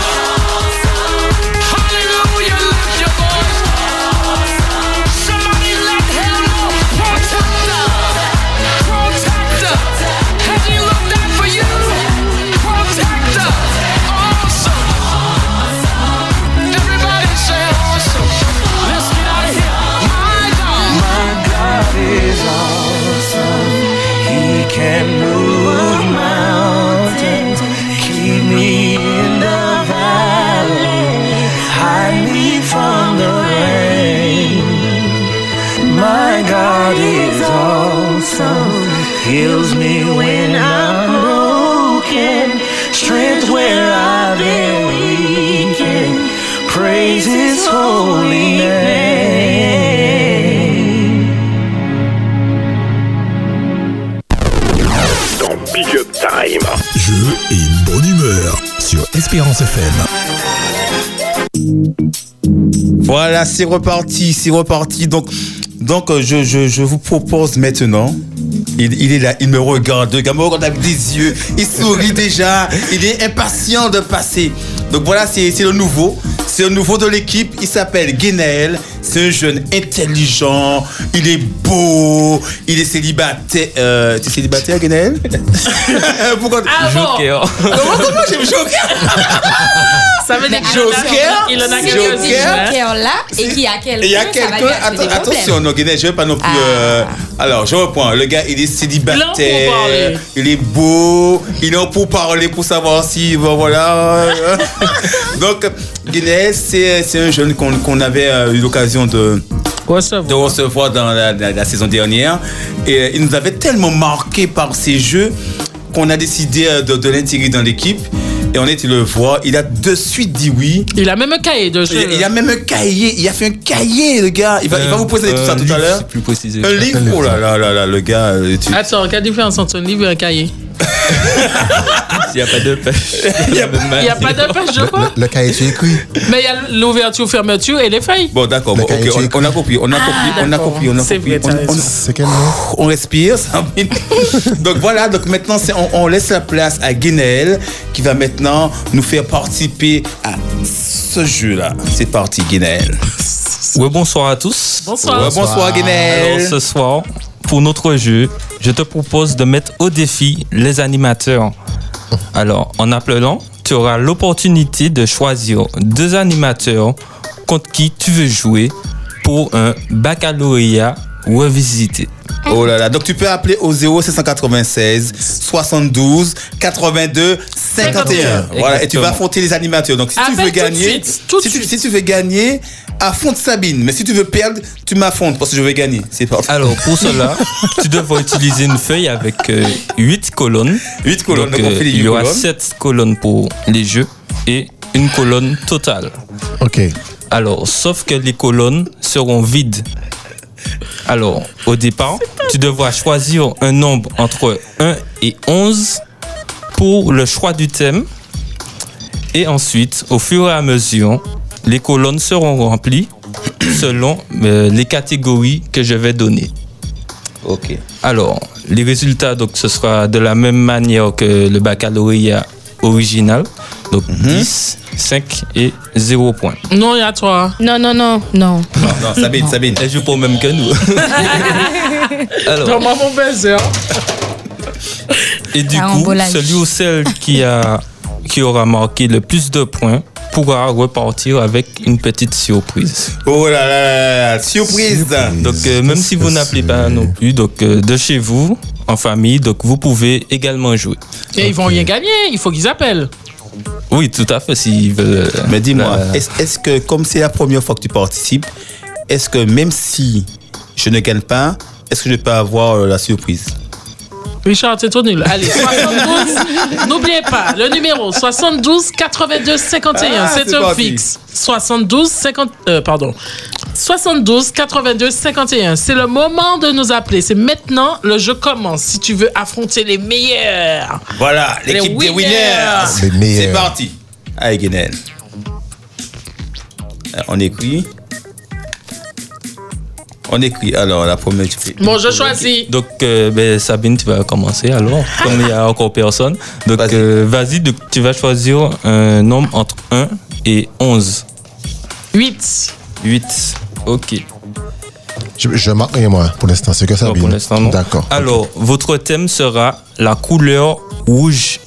Hallelujah. Lift your voice. Somebody let him know. Protector, protector. Has He looked out for you? Protector. Awesome. Everybody say awesome. Let's get out of here. My God. My God is awesome. He can move mountains, keep me in the valley, hide me from the rain. My God is awesome. Heals me when I'm broken, strength where I've been weakened. Praise His holy name. Dans Big Up Time. Jeu et une bonne humeur sur Espérance F M. Voilà, c'est reparti, c'est reparti. Donc, donc je, je, je vous propose maintenant. Il, il est là, il me regarde, le gars me regarde avec des yeux, il sourit déjà, il est impatient de passer. Donc voilà, c'est, c'est le nouveau, c'est le nouveau de l'équipe, il s'appelle Guénaël, c'est un jeune intelligent, il est beau, il est célibataire. Euh, tu es célibataire, Guénaël? Pourquoi? Ah bon? Joker. Comment, comment j'ai Joker? Ça veut dire qu'il Joker, il en a Si quelques-uns. on dit Joker là et qu'il y a quelqu'un, Il y a ça va quelqu'un, lui amener atten- des problèmes. attention, non, Guénaël, je ne veux pas non plus. Ah. euh, alors, je reprends. Le gars, il est Il est en célibataire, pourparlers. il est beau, il est en pour parler pour savoir si. Bon, voilà. Donc, Guénaël, c'est, c'est un jeune qu'on, qu'on avait euh, eu l'occasion de, de recevoir dans la, la- la saison dernière. Et euh, il nous avait tellement marqué par ses jeux qu'on a décidé euh, de, de l'intégrer dans l'équipe. Et on a été le voir. Il a de suite dit oui. Il a même un cahier de jeu. Il, il a même un cahier. Il a fait un cahier, le gars. Il va, il va vous poser tout ça tout à l'heure. C'est plus précisé. Un livre. Oh là là là là, le gars. euh, tu- Attends, quelle différence entre un livre et un cahier? Il n'y a pas de pêche. Il y a- Il n'y a pas de page de quoi? Le, le cahier, tu écris. Mais il y a l'ouverture, fermeture et les feuilles. Bon, d'accord. Le Bon, cahier, ok, tu on, écris. on a compris. On a Ah, compris. On a d'accord. compris. On a C'est compris. vrai, On- t'as on- raison. C'est quel nom? on respire. ça va. Donc voilà. Donc maintenant, c'est, on, on laisse la place à Guénaël qui va maintenant nous faire participer à ce jeu-là. C'est parti, Guénaël. Ouais, bonsoir à tous. Bonsoir. Ouais, bonsoir, Guénaël. Alors ce soir, pour notre jeu, je te propose de mettre au défi les animateurs. Alors, en appelant, tu auras l'opportunité de choisir deux animateurs contre qui tu veux jouer pour un baccalauréat revisité. Oh là là, donc tu peux appeler au zéro sept neuf six soixante-douze quatre-vingt-deux cinquante et un. Voilà, et tu vas affronter les animateurs. Donc si tu veux gagner, si tu, si tu veux gagner, affronte Sabine. Mais si tu veux perdre, tu m'affrontes parce que je vais gagner. C'est parti. Alors pour cela, tu devras utiliser une feuille avec euh, huit colonnes. huit colonnes, donc, donc on fait les euh, huit il y aura colonnes. sept colonnes pour les jeux et une colonne totale. Ok. Alors, sauf que les colonnes seront vides. Alors, au départ, tu devras choisir un nombre entre un et onze pour le choix du thème. Et ensuite, au fur et à mesure, les colonnes seront remplies selon euh, les catégories que je vais donner. Ok. Alors, les résultats, donc, ce sera de la même manière que le baccalauréat original. Donc, Mm-hmm. dix, cinq et zéro point. Non, il y a toi. Non, non, non, non. Non, non, Sabine, Sabine. Elle joue pas au même que nous. Alors, Dans mon baiser. et du coup, Carambolage. celui ou celle qui, a, qui aura marqué le plus de points pourra repartir avec une petite surprise. Oh là là là là, surprise. Donc, euh, même si vous n'appelez pas non plus, donc euh, de chez vous, en famille, donc vous pouvez également jouer. Et ils vont rien gagner, il faut qu'ils appellent. Oui, tout à fait, s'ils veulent. Mais dis-moi, la- est-ce, est-ce que comme c'est la première fois que tu participes, est-ce que même si je ne gagne pas, est-ce que je peux avoir euh, la surprise? Richard, c'est trop nul. Allez, soixante-douze. N'oubliez pas, le numéro soixante-douze quatre-vingt-deux cinquante et un, Ah, c'est c'est un parti. fixe. soixante-douze cinquante, euh, pardon. soixante-douze quatre-vingt-deux cinquante et un. C'est le moment de nous appeler. C'est maintenant, le jeu commence. Si tu veux affronter les meilleurs. Voilà, l'équipe Les des winners. winners. Les meilleurs. C'est parti. Allez, Guénel. Euh, On écrit. On écrit. Alors, la première, tu fais. Bon, je choisis. Donc, euh, ben, Sabine, tu vas commencer alors, comme il n'y a encore personne. Donc, Vas-y. euh, vas-y, donc, tu vas choisir un nombre entre un et onze. huit. huit. Ok. Je, je marque rien, moi, pour l'instant. C'est que ça, Non, pour l'instant, non. D'accord. Alors, votre thème sera la couleur rouge.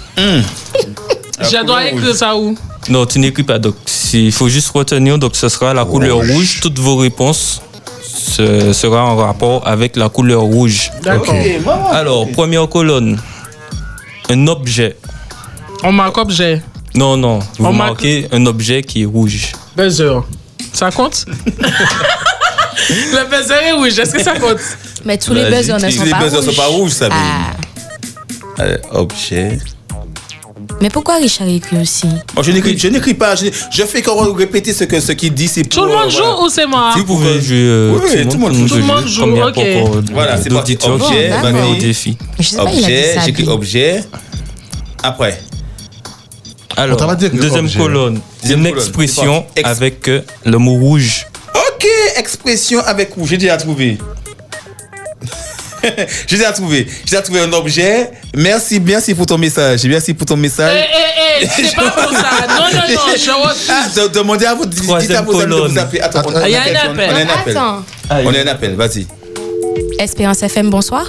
Je dois écrire ça où? Non, tu n'écris pas. Donc, il faut juste retenir. Donc, ce sera la couleur rouge. Toutes vos réponses ce sera en rapport avec la couleur rouge. D'accord. Alors, première colonne. Un objet. On marque objet. Non, non. Vous On marque- marquez un objet qui est rouge. Buzzer. Ça compte? Le buzzer est rouge. Est-ce que ça compte? Mais tous les Vas-y, buzzers ne tu- sont Tous les pas buzzers rouges. sont pas rouges, Sabine. Ah. Allez, objet. Mais pourquoi Richard écrit aussi? Moi, je n'écris, je n'écris pas. Je, je fais qu'on répéter ce que ce qu'il dit. C'est Tout pour, le monde euh, joue voilà. ou c'est moi? Si Vous pouvez jouer. euh, Oui, tout le monde joue. Tout le monde joue, Comme il y a ok. pas encore Voilà, c'est parti. d'auditeurs qui Objet, jouent vas-y. au défi. Je sais pas, il a dit Objet, ça. j'écris objet. Après. Alors, t'a pas dit que deuxième objet. colonne. Deuxième Une colonne, expression c'est parti. Ex- avec euh, le mot rouge. Ok, expression avec où? J'ai déjà trouvé. J'ai déjà trouvé. J'ai déjà trouvé un objet. Merci, merci pour ton message. Merci pour ton Eh, message. eh, eh, c'est pas pour ça. Non, non, non, je refuse. Ah, de- demandez à vous, dites à Troisième vos amis de vous colonne. appeler. Attends, on a, Il y a on a un quelqu'un. appel. On a un appel. Attends. On a un appel, vas-y. Espérance F M, bonsoir.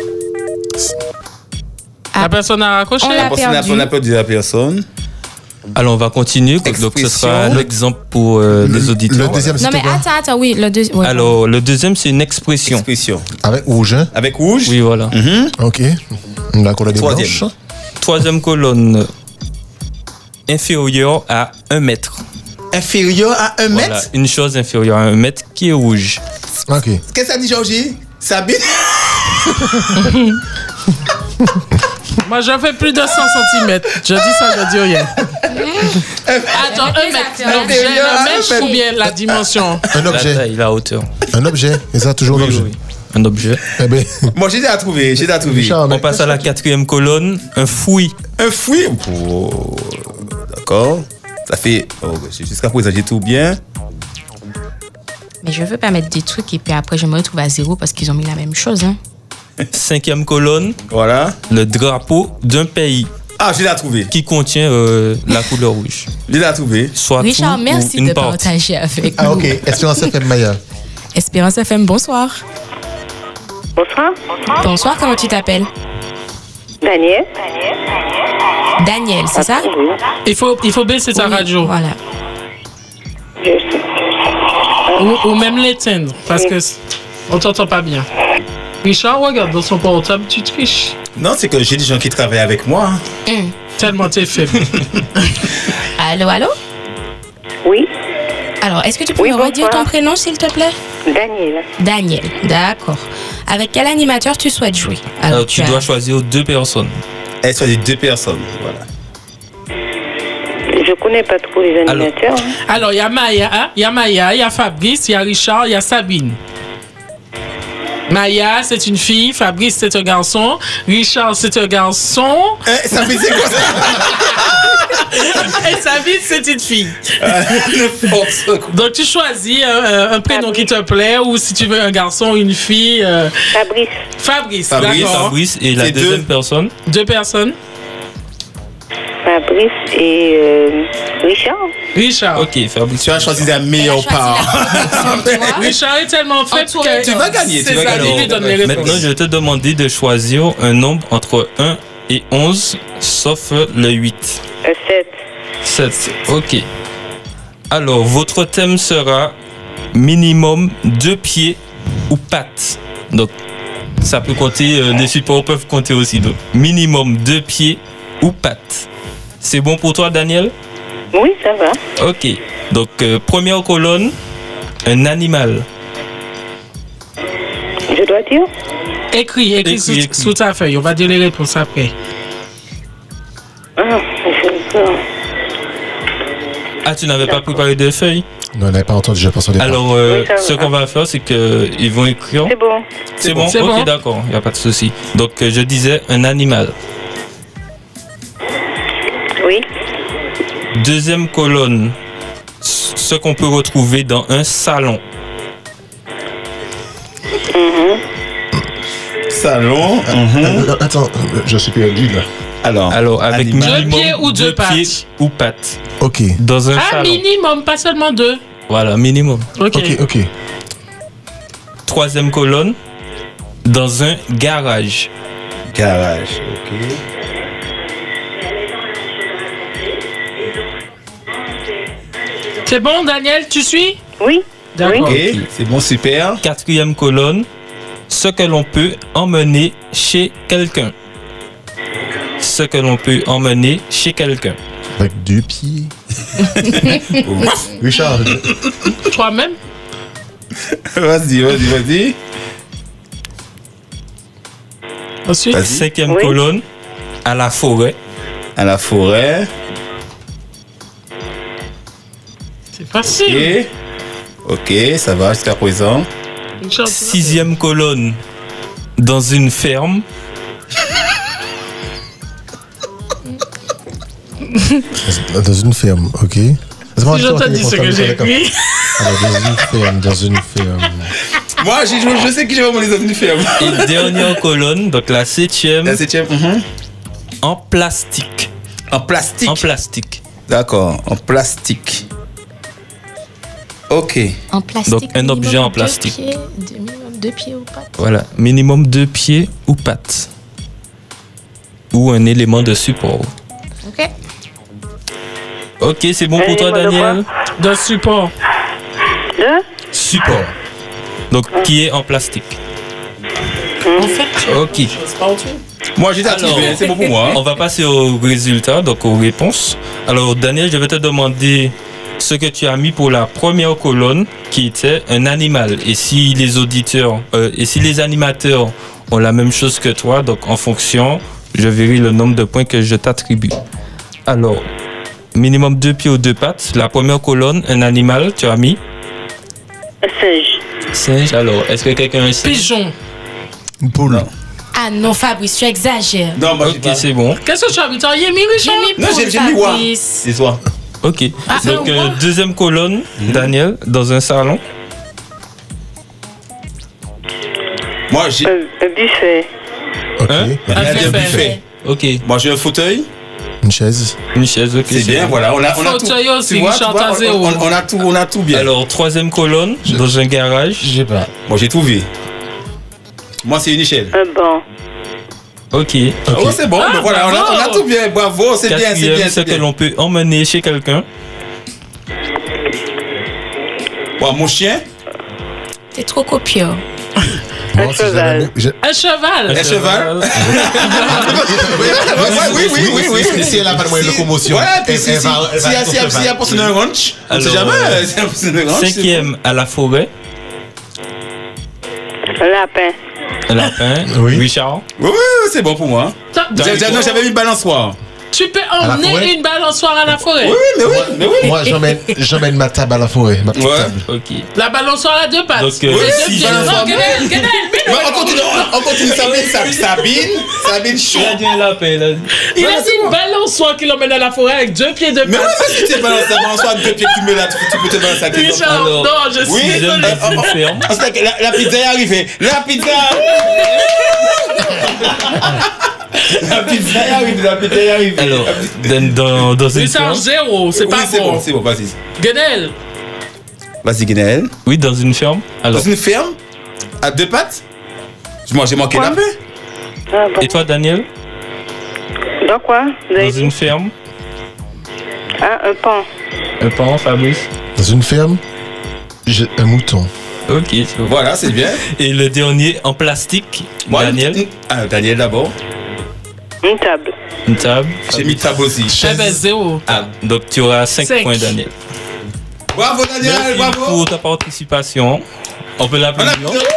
La personne a raccroché. On l'a Parce qu'on a- perdu. on a perdu la personne. Alors, on va continuer. Donc, ce Expression. sera l'exemple pour euh, les Le auditeurs. deuxième, Non, s'il te mais plaît. attends, attends, oui, le deuxième. Alors, le deuxième, c'est une expression. Expression. Avec rouge, hein? Avec rouge. Oui, voilà. Mhm. Ok. La couleur des Troisième. blanches. Troisième colonne. Inférieur à un mètre. Inférieur à un Voilà, mètre. une chose inférieure à un mètre qui est rouge. Ok. Qu'est-ce que ça dit, Georgie? Sabine? Moi, je fais plus de cent centimètres. Je dis ça, je dis rien. Attends, un mètre. L'objet, le mètre ou bien la dimension? Un La objet. taille, la hauteur. Un objet. Et ça, toujours Oui, l'objet. oui, un objet. Eh ben, Moi, j'ai déjà trouvé. J'ai déjà trouvé. Richard, On mais- passe à la quatrième colonne. Un fouille. Un fouille. Oh, d'accord. Ça fait. Oh, jusqu'à présent, j'ai tout bien. Mais je veux pas mettre des trucs et puis après je me retrouve à zéro parce qu'ils ont mis la même chose. Hein. Cinquième colonne. Voilà. Le drapeau d'un pays Ah, j'ai déjà trouvé. qui contient euh, la couleur rouge. J'ai déjà trouvé. Soit Richard, tout merci ou une de partie. partager avec Ah, nous. ok. Espérance F M Maya. Espérance F M, bonsoir. Bonsoir. Bonsoir, comment tu t'appelles? Daniel. Daniel, c'est ça? Oui. Il faut, il faut baisser ta Oui, radio. Voilà. Je sais. Ou, ou même l'éteindre. Parce que c- on t'entend pas bien. Richard, regarde dans son portable, tu triches. Non, c'est que j'ai des gens qui travaillent avec moi. Hein. Hum. Tellement t'es faible. Allô, allô? Oui. Alors, est-ce que tu peux Oui, me redire bonsoir. ton prénom, s'il te plaît? Daniel. Daniel, d'accord. Avec quel animateur tu souhaites jouer? Alors, tu, tu dois as... choisir deux personnes. Elle choisit deux personnes, voilà. Je connais pas trop les animateurs. Alors, hein. Alors, il y a Maya, il y a Maya, il y a Fabrice, il y a Richard, il y a Sabine. Maya, c'est une fille. Fabrice, c'est un garçon. Richard, c'est un garçon. Eh, Sabine, c'est quoi ça? Et Sabine, c'est une fille. Donc, tu choisis un, un prénom Fabrice. Qui te plaît, ou si tu veux un garçon ou une fille. Euh... Fabrice. Fabrice, Fabrice, d'accord. Fabrice et la c'est deuxième deux. personne. Deux personnes. Fabrice et euh, Richard. Richard. Ok, Fabrice. Tu as choisi la meilleure part. Richard est tellement fait que tu vas gagner. Tu vas gagner. Alors, maintenant, je vais te demander de choisir un nombre entre un et onze, sauf le huit. Euh, sept. sept, ok. Alors, votre thème sera minimum deux pieds ou pattes. Donc, ça peut compter, euh, les supports peuvent compter aussi. Donc, minimum deux pieds ou pattes. C'est bon pour toi, Daniel? Oui, ça va. Ok. Donc, euh, première colonne, un animal. Je dois dire? Écris, écris, écris, sous, écris. Sous ta feuille. On va dire les réponses après. Ah, je sais pas. Ah, tu n'avais pas préparé de feuilles? Non, on n'avait pas entendu, je pense au départ. Alors, euh, oui, ce qu'on va faire, c'est qu'ils vont écrire. C'est bon. C'est bon? C'est ok, bon. d'accord, il n'y a pas de souci. Donc, euh, je disais un animal. Oui. Deuxième colonne, ce qu'on peut retrouver dans un salon. Mm-hmm. Salon. Mm-hmm. Attends, je suis perdu là. Alors, Alors avec animal. minimum deux pieds ou deux, deux pattes. pieds ou pattes. Ok. Dans un ah, salon. minimum, pas seulement deux. Voilà, minimum. Ok, ok. ok. Troisième colonne, dans un garage. Garage, ok. C'est bon, Daniel, tu suis? Oui. D'accord. Ok, c'est bon, super. Quatrième colonne, ce que l'on peut emmener chez quelqu'un. Ce que l'on peut emmener chez quelqu'un. Avec deux pieds. Richard. Toi-même? Vas-y, vas-y, vas-y. Ensuite, vas-y. Cinquième oui. colonne, à la forêt. À la forêt. C'est facile. Ok, ok, ça va jusqu'à présent. Sixième colonne, dans une ferme. Dans une ferme, ok. Si je te dis ce que j'ai écrit. Alors, dans une ferme, dans une ferme. Moi, je, je sais que j'ai vraiment les dans une ferme. Et dernière colonne, donc la septième. La septième, mm-hmm. En plastique. En plastique. En plastique. D'accord, en plastique. Ok. En plastique. Donc un objet en plastique. Deux pieds, deux, minimum deux pieds ou pattes. Voilà, minimum deux pieds ou pattes. Ou un élément de support. Ok. Ok, c'est bon pour toi, Daniel? De support. De support. Donc, ah. qui est en plastique. En fait, ok. Moi, j'ai trouvé, c'est bon pour moi. On va passer aux résultats, donc aux réponses. Alors, Daniel, je vais te demander ce que tu as mis pour la première colonne, qui était un animal. Et si les auditeurs, euh, et si les animateurs ont la même chose que toi, donc en fonction, je verrai le nombre de points que je t'attribue. Alors, minimum deux pieds ou deux pattes. La première colonne, un animal, tu as mis? Singe. Singe, alors, est-ce que quelqu'un a un singe? Pigeon. Une poule. Non. Ah non, Fabrice, tu exagères. Non, moi, ok, c'est bon. Qu'est-ce que tu as mis? T'as mis Richard? J'ai mis Non, j'ai, j'ai mis quoi? C'est toi. Ok. Ah, donc, euh, deuxième colonne, mmh. Daniel, dans un salon. Moi, j'ai. Un, un buffet. Ok. Hein? Un, un buffet. buffet. Ok. Moi, j'ai un fauteuil. Une chaise. Une chaise, ok. C'est, c'est bien, bien, voilà. On a, on a fauteuil tout. aussi, tu vois, tu vois, on, on, on, a tout, on a tout bien. Alors, troisième colonne, je... dans un garage. J'ai pas. Moi, j'ai trouvé. Moi, c'est une échelle. Un banc. Ok. okay. Oh, c'est bon. Ah, voilà, on a, on a tout bien. Bravo, c'est bien, c'est bien. C'est ce que l'on peut emmener chez quelqu'un. Bon, mon chien. T'es trop copieux. Bon, si cheval. je- Un cheval. Un cheval. Oui, oui, oui, oui, oui. Si- Si elle n'a pas de moyen de locomotion, Ouais, puis elle- si elle si- va- elle si va y a- être si y a- sur si y a cheval. pour un ranch, on sait Alors, jamais. euh, si y a pour un ranch, c'est Cinquième, à la forêt. Lapin. Un lapin. Oui. Richard. bon. Oui, oui, c'est bon pour moi. T'as- J'ai- j'ai- Non, j'avais mis balançoire. Tu peux la emmener forêt? une balançoire à la forêt. Oui, oui, mais oui, mais oui. Moi, j'emmène, j'emmène ma table à la forêt. Ma petite Ouais. table. Ok. La balançoire à deux pattes. Donc, euh, Les deux si pieds. balançoire- Non, Guénel, Guénel, mais Mais non. on continue, on continue. Sabine, Sabine, Sabine, Sabine chaud. Il a dit un lapin, il a dit. Il Ouais, a dit c'est une bon. balançoire qui l'emmène à la forêt avec deux pieds de Mais oui, pattes. parce que tu es balancé, balançoire de deux pieds que tu mets là, tu tu peux te balancer avec les enfants. Richard, Alors, non, je suis oui, Sixième désolée. dans une ferme. Parce que la, la pizza est arrivée. La pizza. La pizza est arrivée. La pizza est arrivée. Alors, dans, dans, dans une Richard, ferme. zéro, c'est oui, pas c'est bon, bon. c'est bon, vas-y. Guénel, Vas-y, Guénel. Oui, dans une ferme. Alors, Dans une ferme, à deux pattes. Moi, j'ai manqué la paix. Ah, bon. et toi, Daniel? Dans quoi? Vous avez Dans dit une ferme. Ah, un pan. Un pan, Fabrice. Dans une ferme, j'ai un mouton. Ok, c'est bon. Voilà, c'est bien. Et le dernier, en plastique, Moi, Daniel. une- Ah, Daniel d'abord. Une table. Une table. J'ai mis table aussi. eh ben zéro. Ah, donc tu auras cinq Cinq. points, Daniel. Bravo, Daniel, Merci bravo. pour ta participation. On peut On l'applaudir. a- Daniel,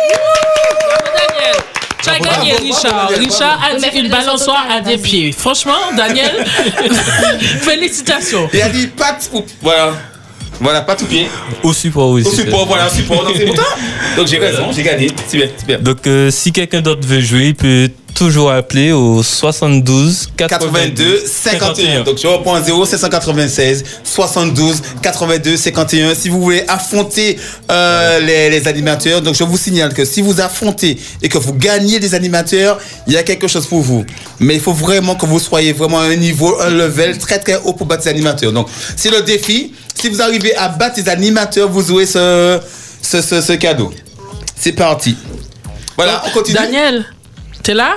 tu as Bravo, gagné, bravo, Richard. bravo, Daniel, Richard a Oui, dit mais une fais-le balançoire sur ton à des vas-y. pieds. Franchement, Daniel, félicitations. Il a dit patte ou. Voilà. Voilà, patte ou pied. Au support aussi. Au support, voilà, au support. Donc c'est pourtant. Donc j'ai raison, j'ai gagné. C'est bien, c'est bien. Donc, euh, si quelqu'un d'autre veut jouer, il peut toujours appeler au soixante-douze quatre-vingt-deux cinquante et un. Donc je reprends zéro sept cent quatre-vingt-seize soixante-douze quatre-vingt-deux cinquante et un. Si vous voulez affronter euh, les, les animateurs, donc je vous signale que si vous affrontez et que vous gagnez des animateurs, il y a quelque chose pour vous. Mais il faut vraiment que vous soyez vraiment à un niveau, un level très très haut pour battre ces animateurs. Donc c'est le défi. Si vous arrivez à battre les animateurs, vous aurez ce, ce, ce, ce cadeau. C'est parti. Voilà, on continue. Daniel, t'es là?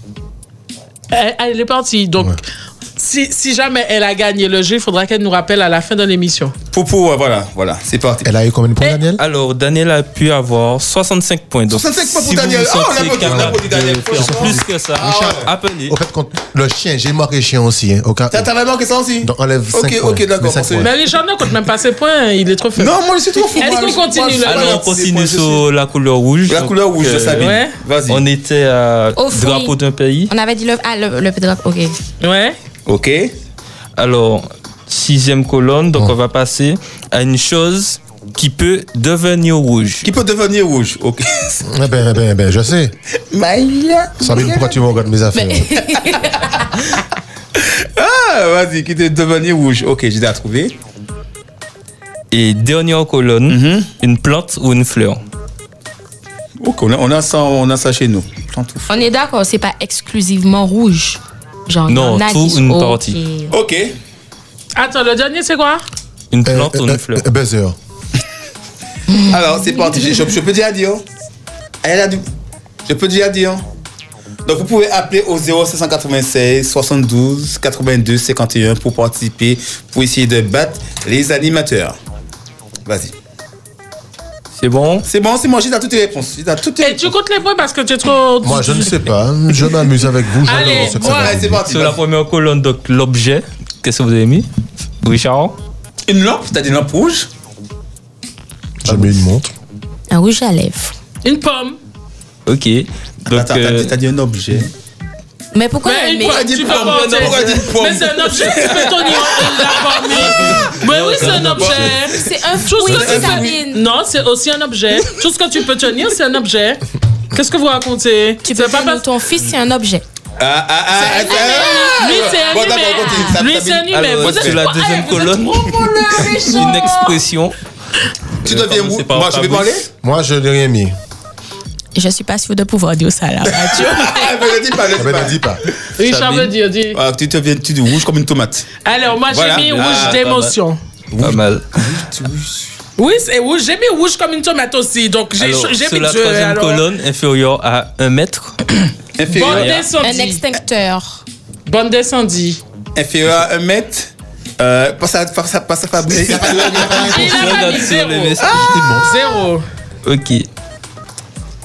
Elle, elle est partie. Donc, si, si jamais elle a gagné le jeu, il faudra qu'elle nous rappelle à la fin de l'émission. Pour, pour, voilà, voilà, c'est parti. Elle a eu combien de points, Eh, Daniel? Alors, Daniel a pu avoir soixante-cinq points. Donc, soixante-cinq points pour si vous Daniel. vous Oh, on sentez applaudit, on capable applaudit Daniel, de faire franchement. plus que ça, Ah, ouais. appelez. Au fait, quand le chien, j'ai marqué chien aussi. Hein, au cas T'as t'as vraiment que ça aussi? Donc, enlève cinq Ok, points. ok, d'accord. Mais cinq c'est- points. Mais Richard ne compte même pas ses points, il est trop faible. Non, moi je suis trop fou. Est-ce moi, qu'on je- continue moi, je- le- voilà, Alors, on c'est- moi, continue je suis- sur la couleur rouge. La Donc, couleur rouge de euh, Sabine. ouais. Vas-y. On était à Au fruit. drapeau d'un pays. On avait dit le. Ah, le, le drapeau, ok. Ouais. Ok. Alors, sixième colonne, donc Oh. on va passer à une chose qui peut devenir rouge. Qui peut devenir rouge? Ok. Eh ben, eh ben, eh ben, je sais. Maya. Sabine, pourquoi tu me regardes mes affaires? Ah, vas-y, qui peut devenir rouge? Ok, j'ai déjà trouvé. Et dernière colonne, Mhm. une plante ou une fleur. Ok, on a, on a ça, on a ça chez nous. Plante ou fleur. On est d'accord, c'est pas exclusivement rouge. Genre, il y Non, en a tout qui une sont- partie. ok. Ok. Attends, le dernier, c'est quoi? Une Euh, plante ou euh, une fleur. euh, Buzzer. Alors, c'est parti. Je, je- je peux dire dire. Elle a du. Je peux dire dire. Donc, vous pouvez appeler au zéro sept cent quatre-vingt-seize soixante-douze quatre-vingt-deux cinquante et un pour participer, pour essayer de battre les animateurs. Vas-y. C'est bon? C'est bon, c'est moi, j'ai dans toutes les réponses. J'ai dans toutes les Et tu comptes les points parce que tu es trop. Moi, je ne sais pas. Je m'amuse avec vous. J'adore Allez, cette ouais. cérémonie. Allez, c'est parti. Sur la vas-y. première colonne, donc l'objet. Qu'est-ce que vous avez mis? Richard? Une lampe, t'as des lampes rouges. J'ai mis une montre. Un rouge à lèvres. Une pomme. Ok. Donc, Attends, t'as euh, dit- t'as dit un objet. Mais pourquoi Mais elle une met- pomme, dit tu peux pomme, porter. pourquoi dit pomme? Mais c'est un objet, tu peux tenir la pomme. Mais oui, c'est un objet. C'est un Tout fruit, ce que tu Sabine. peux... Non, c'est aussi un objet. Tout ce que tu peux tenir, c'est un objet. Qu'est-ce que vous racontez? Tu C'est peux pas pas parce- ton fils, c'est un objet. Ah, ah, ah, ah, Lui, c'est un Bon, d'accord, humain. continue. Ça- Lui, ça- c'est un humain. alors, Vous êtes sur la trop- deuxième Eh, vous êtes colonne, trop voleurs, méchants. une expression. Tu Euh, deviens pardon, où? c'est pas Moi, je vais Fabrice. parler? Moi, je n'ai rien mis. Je suis pas sûre de pouvoir dire ça là. radio. Ah, mais ne dis pas, ne Eh dis ben, pas. ne dis pas. Richard Sabine. veut dire, dis. Ah, tu deviens tu dis rouge comme une tomate. Alors, moi, j'ai Voilà. mis Ah, rouge pas d'émotion. Pas mal. Oui, c'est rouge. J'ai mis rouge comme une tomate aussi. Donc, j'ai Alors, j'ai sur mis la deux. troisième alors. colonne, inférieure à un mètre. Inférieur, Bande Un d'incendie. extincteur. Bande d'incendie. inférieur à un mètre. Euh, passe à, passe à, passe à Fabrice. Il a pas mis Regarde sur zéro. les messages. Zéro. Ok.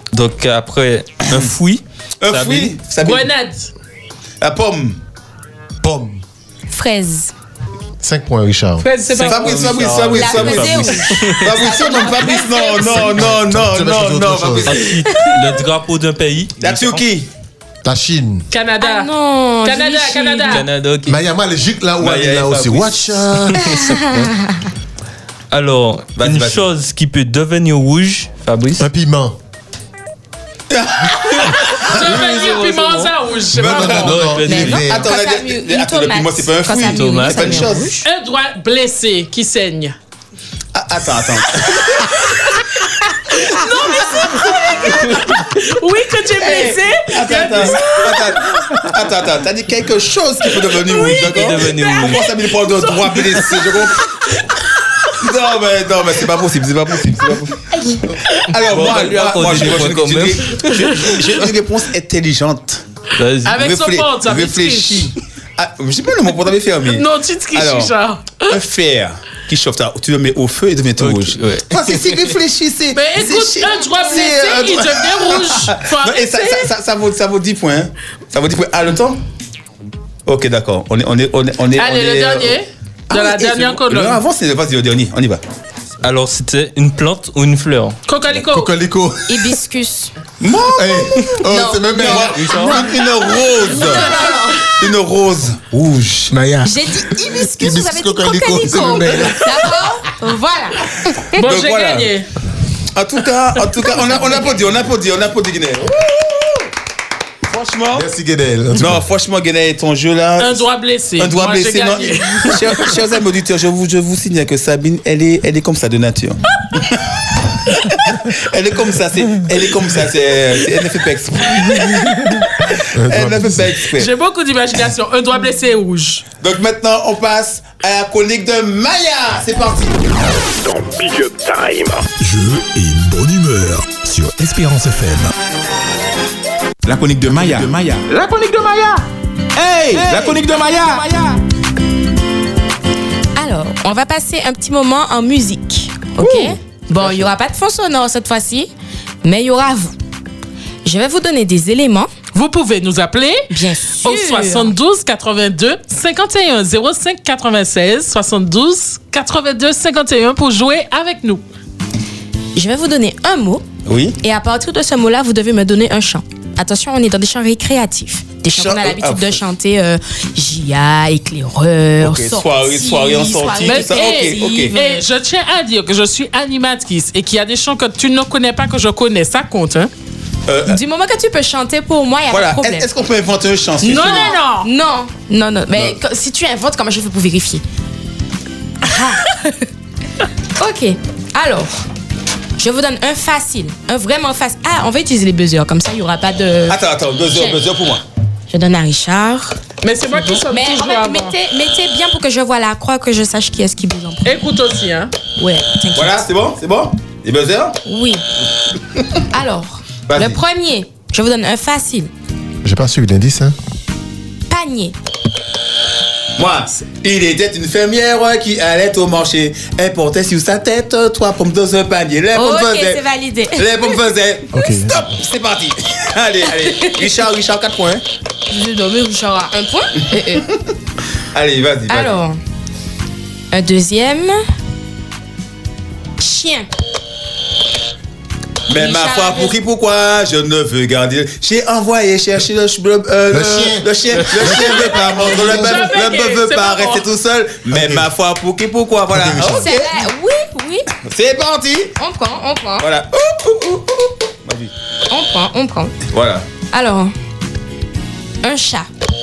Donc après, un fruit. Un Sabine. fruit. Sabine. Grenade. La pomme. Pomme. Fraise. cinq points, Richard. Fraise, c'est pas Fabrice, bon. Fabrice, Fabrice, La Fabrice. fraise est rouge. Fabrice, non, Fabrice, non, non, non, non, Tu vas non, choisir non, autre chose. Fabrice. Ensuite, le drapeau d'un pays. La Turquie. La Chine. Canada. Ah non. Canada, je dis Canada. Chine. Canada. ok. Mayama, l'Égypte, là où Maya elle est là et aussi. Fabrice. Watch out. Alors, Vas-y, une vas-y. chose qui peut devenir rouge, Fabrice. Un piment. Je vais dire piment ça rouge. C'est Non, pas non, bon. non, non. Mais non. Mais- Attends, Quand la- ça mû- la- une attends, le piment, tomate. c'est pas un Quand fruit. ça mû, Tomate. ça C'est pas une devient chose. rouge. Un doigt blessé qui saigne. Ah, attends, attends. Oui, que tu es blessé. Attends, attends, attends, attends, attends, t'as dit quelque chose qui peut devenir rouge, d'accord? peut devenir rouge. Pourquoi ça me prend de droit blessé, je comprends. Non, mais, non, mais c'est pas possible, c'est pas possible, c'est pas possible. Alors, Bon, moi, on va lui moi, moi, accorder j'ai des points quand même. j'ai- j'ai- j'ai une réponse intelligente. Vas-y. Avec son Réflé- porte, ça réfléchis. Ah, je sais pas le mot pour t'avoir fermé. Non, tu te triches, Alors, Richard. un fer qui chauffe, t'as- tu le mets au feu et devient tout Ok, rouge. ouais. Enfin, c'est c'est réfléchi, c'est. Mais c'est écoute, chi- un doigt c'est, blessé, euh, il devient rouge. Faut Non, et ça, arrêter. ça, ça, ça vaut, ça vaut dix points. Hein. Ça vaut dix points. Ah, le temps? Ok, d'accord. On est, on est, on est, on est. Allez, on le est, dernier. euh, De la oui, et dernière c'est- colonne. Non, avant, c'est vas-y, le dernier. On y va. Alors, c'était une plante ou une fleur? Coquelicot. Coquelicot. Hibiscus. Mon Hey. Oh, Non. c'est même Non, Maya. une, une rose. Une rose rouge. Maya. J'ai dit hibiscus, vous avez dit Coquelicot, coquelicot. c'est le même. D'accord? Voilà. Bon, Donc, j'ai voilà. gagné. En tout cas, en tout cas, on a, on applaudit, on applaudit, on applaudit Guinée. Franchement. Merci, Guédel. Non, franchement, Guinée, ton jeu là. Un doigt blessé. Un doigt Moi, blessé, j'ai non. gagné. Chers, chers amis auditeurs, je vous, je vous signale que Sabine, elle est, elle est comme ça de nature. Elle est comme ça, c'est, elle est comme ça, c'est, c'est- elle ne fait pas exprès. Elle ne fait pas exprès. J'ai beaucoup d'imagination. Un doigt blessé est rouge. Donc maintenant, on passe à la chronique de Maya. C'est parti. Dans Big Up Time. Jeu et bonne humeur sur Espérance F M. La chronique de Maya. La chronique de Maya. Hey, la chronique de Maya. Alors, on va passer un petit moment en musique. OK? Bon, il n'y aura pas de fond sonore cette fois-ci, mais il y aura vous. Je vais vous donner des éléments. Vous pouvez nous appeler Bien sûr. au soixante-douze quatre-vingt-deux cinquante et un zéro cinq quatre-vingt-seize soixante-douze quatre-vingt-deux cinquante et un pour jouer avec nous. Je vais vous donner un mot Oui. et à partir de ce mot-là, vous devez me donner un chant. Attention, on est dans des chants récréatifs. Des chants Chant- qu'on a l'habitude ah, de chanter euh, J A, éclaireur, Ok, sortie, soirée- soirée en sortie, soirée tout ça, ok, festive. ok. Et je tiens à dire que je suis animatrice et qu'il y a des chants que tu ne connais pas que je connais. Ça compte, hein? Euh, Du moment que tu peux chanter pour moi, il n'y a voilà. pas de problème. Est- Est-ce qu'on peut inventer une chanson? Non, non, non. Non, non, non. Mais que- si tu inventes, comment je fais pour vérifier? Ah. Ok. Alors, je vous donne un facile. Un vraiment facile. Ah, on va utiliser les buzzers. Comme ça, il n'y aura pas de... Attends, attends, deux heures, deux heures pour moi. Je donne à Richard. Mais c'est moi qui sonne Mais toujours en fait, avant. mettez, mettez bien pour que je vois la croix, que je sache qui est-ce qui buzz en premier. Écoute aussi, hein? Ouais, t'inquiète. Voilà, c'est bon, c'est bon. Les buzzers. Oui. Alors, Vas-y. le premier, je vous donne un facile. J'ai pas suivi l'indice, hein. Panier. Moi, il était une fermière qui allait au marché. Elle portait sur sa tête trois pommes dans un panier. Les pommes Ok, faisaient. c'est validé. Les pommes faisaient. Ok. Stop, c'est parti. Allez, allez. Richard, Richard, quatre points. Je dois me Richard à un point. Eh, eh. Allez, vas-y, vas-y. Alors, un deuxième. Chien. Mais ma Richard foi, avait- pour qui, pourquoi je ne veux garder. J'ai envoyé chercher le, ch- le, euh, Le le chien. Le chien, le chien veut pas mordre, le bœuf Jamais le bœuf gay, veut c'est pas pas rester bon. tout seul. Mais Ok. ma foi, pour qui, pourquoi. Voilà. Ok, Richard. Ok. C'est vrai. Oui, oui. C'est parti. On prend, on prend. Voilà. Oup, oup, oup, oup. Vas-y. On prend, on prend. Voilà. Alors, un chat.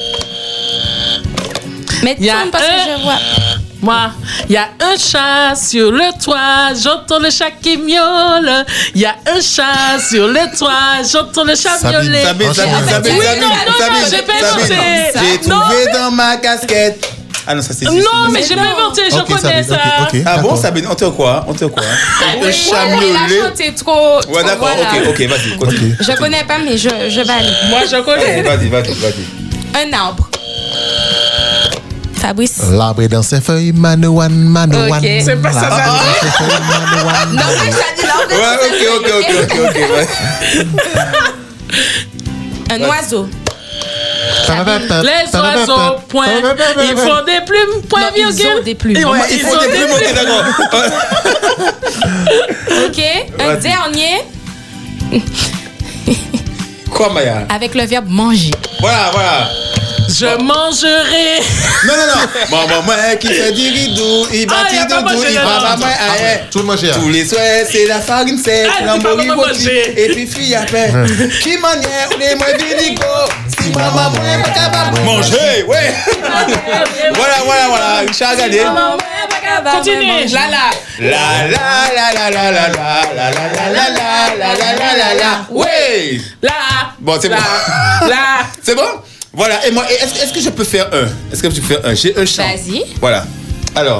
Mais Il y a tourne parce un- que je vois. Moi, il y a un chat sur le toit, j'entends le chat qui miaule. Il y a un chat sur le toit, j'entends le chat Sabine, miauler. Sabine, Sabine, Franchement, Sabine, oui, Sabine, non, non, non, Sabine, j'ai pas Sabine. inventé. J'ai Non, trouvé dans ma casquette. Ah non, ça c'est. Non, mais j'ai pas inventé, je Ok, connais Sabine, ça. ok, ok. Ah bon, D'accord. Sabine, on te croit, on te croit. Un chat Ouais, il a miaulé. chanté trop. Ouais, trop, d'accord, voilà. ok, ok, vas-y, continue. Je connais pas, mais je, je valide. Moi, je Vas-y, connais. vas-y, vas-y, vas-y. Un arbre. Fabrice. L'arbre est dans ses feuilles, manouane, manouane. Ok. C'est pas ça, L'arbre ça. est dans ses feuilles, manouane, Non, mais ça dit l'arbre est Ouais, dans ses ok, ok, feuilles. ok, ok, ok. ouais. Un oiseau. Les oiseaux, point. Ils font des plumes, point, Non, ils virgule. ont des plumes. Et ouais, Ils font des plumes, ok, d'accord. Ok. Un Vas-y. dernier Quoi, Maya? avec le verbe manger. Voilà, voilà. Je mangerai. Non, non, non. Maman, moi qui fait du ridou, il Ah, bâtit il a pas doudou, mangé, il là, va non. pas moi, aïe. Tout le manger. Tous les soirs, c'est la farine sèche, Ah, il l'ambori va pas rôti, manger. et puis fille après. Qui manière, on est moins vinigo, si maman, moi, pas capable. Manger, ouais. Voilà, voilà, voilà. Richard, regardez. Continue. Là, là. La la la la la la la la la la la la la la la la. Ouais. Là. Bon, c'est bon. Là. Là. C'est bon? Voilà. Et moi, est-ce est-ce que je peux faire un? Est-ce que je peux faire un? J'ai un chant. Vas-y. Voilà. Alors.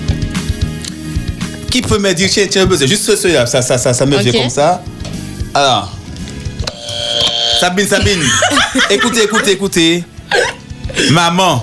Qui peut me dire, tiens, tiens, buzzer, juste celui-là, ça, ça, ça, ça me vient Ok. comme ça. Alors. Sabine, Sabine. Écoutez, écoutez, écoutez. Maman.